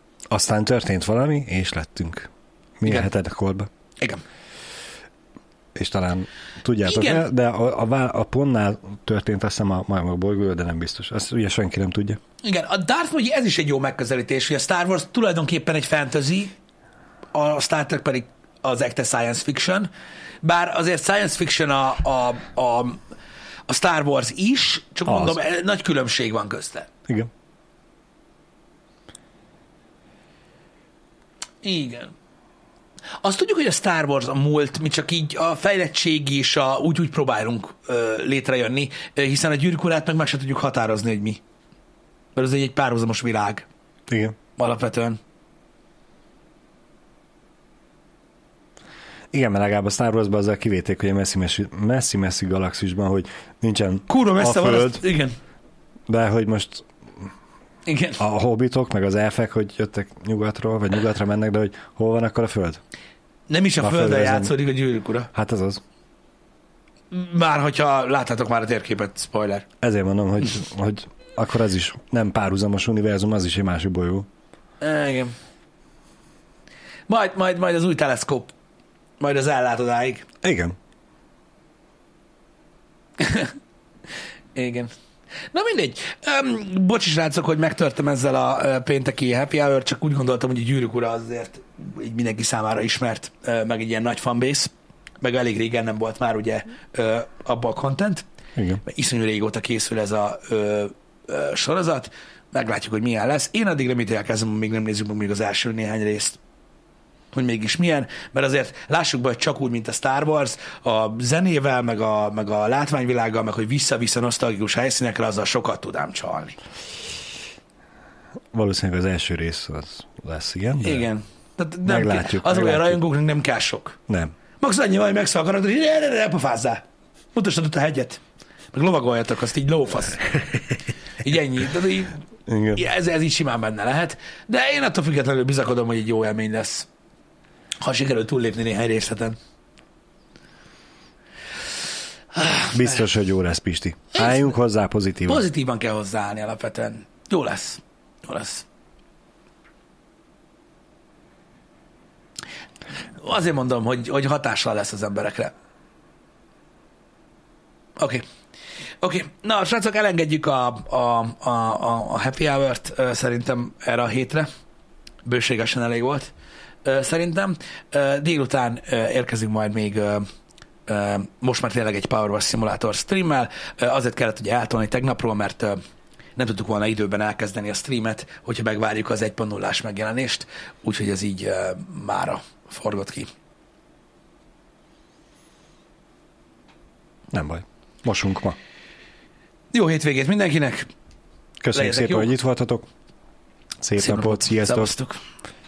Aztán történt valami, és lettünk. Mi a hetedkorban. Igen. és talán tudjátok Igen. el, de a, a, a pontnál történt azt hiszem a majmok bolygó, de nem biztos. Azt ugye senki nem tudja. Igen, a Darth Maul, ez is egy jó megközelítés, hogy a Star Wars tulajdonképpen egy fantasy, a Star Trek pedig az ekte science fiction, bár azért science fiction a, a, a, a Star Wars is, csak az. mondom, nagy különbség van közte. Igen. Igen. Azt tudjuk, hogy a Star Wars a múlt, mi csak így a fejlettség és a, úgy-úgy próbálunk ö, létrejönni, hiszen a Gyűrűk Urát meg meg se tudjuk határozni, hogy mi. Mert ez egy, egy párhuzamos világ. Igen. Alapvetően. Igen, mert legalább a Star Wars-ban azzal kivéték, hogy a messzi-messzi, messzi-messzi galaxisban, hogy nincsen Kurva messze a van, Föld, azt, igen. de hogy most Igen. a hobbitok, meg az elfek, hogy jöttek nyugatról, vagy nyugatra mennek, de hogy hol van akkor a Föld? Nem is a, A Földön Földre játszódik a Gyűrűk Ura. Hát ez az. Már hogyha láthatok már a térképet, spoiler. Ezért mondom, hogy, hogy akkor az is nem párhuzamos univerzum, az is egy másik bolygó. E, igen. Majd, majd, majd az új teleszkóp. Majd az ellát odáig. Igen. Igen. Na mindegy. Um, bocsi srácok, hogy megtörtem ezzel a uh, pénteki happy hour, csak úgy gondoltam, hogy a Gyűrűk Ura azért így mindenki számára ismert, uh, meg egy ilyen nagy fanbase, meg elég régen nem volt már ugye uh, abban a content. Igen. Mert iszonyú régóta készül ez a uh, uh, sorozat. Meglátjuk, hogy milyen lesz. Én addig remélem, még nem nézzük meg még az első néhány részt, hogy mégis milyen, mert azért lássuk be, hogy csak úgy, mint a Star Wars, a zenével, meg a, meg a látványvilággal, meg hogy vissza-vissza nosztalgikus helyszínekre, azzal sokat tudám csalni. Valószínűleg az első rész az lesz, igen. De Igen. Tehát nem meglátjuk. kell, az, hogy a meglátjuk. rajongóknak nem kell sok. Nem. Max annyi van, hogy megszalkarod, hogy ne, ne, ne, ne pofázzál. Mutassad ott a hegyet. Meg lovagoljatok, azt így lófasz. Így ennyi. Tehát így, Igen. ez, ez így simán benne lehet. De én attól függetlenül bizakodom, hogy egy jó élmény lesz. Ha sikerül túllépni néhány részleten. Biztos, hogy jó lesz, Pisti. Álljunk hozzá pozitívan. Pozitívan kell hozzáállni alapvetően. Jó lesz. Jó lesz. Azért mondom, hogy, hogy hatással lesz az emberekre. Oké. Okay. Oké. Okay. Na, srácok, elengedjük a, a, a, a happy hour-t uh, szerintem erre a hétre. Bőségesen elég volt. Uh, szerintem. Uh, délután uh, érkezünk majd még uh, uh, most már tényleg egy Power Wash Simulator streammel. Uh, azért kellett ugye eltolni tegnapról, mert uh, nem tudtuk volna időben elkezdeni a streamet, hogyha megvárjuk az egy pont nullás megjelenést, úgyhogy ez így uh, mára forgott ki. Nem baj. Mosunk ma. Jó hétvégét mindenkinek! Köszönjük Legyetek szépen, jók. hogy itt voltatok. Szép, Szép napot, sziasztok! Szevasztok.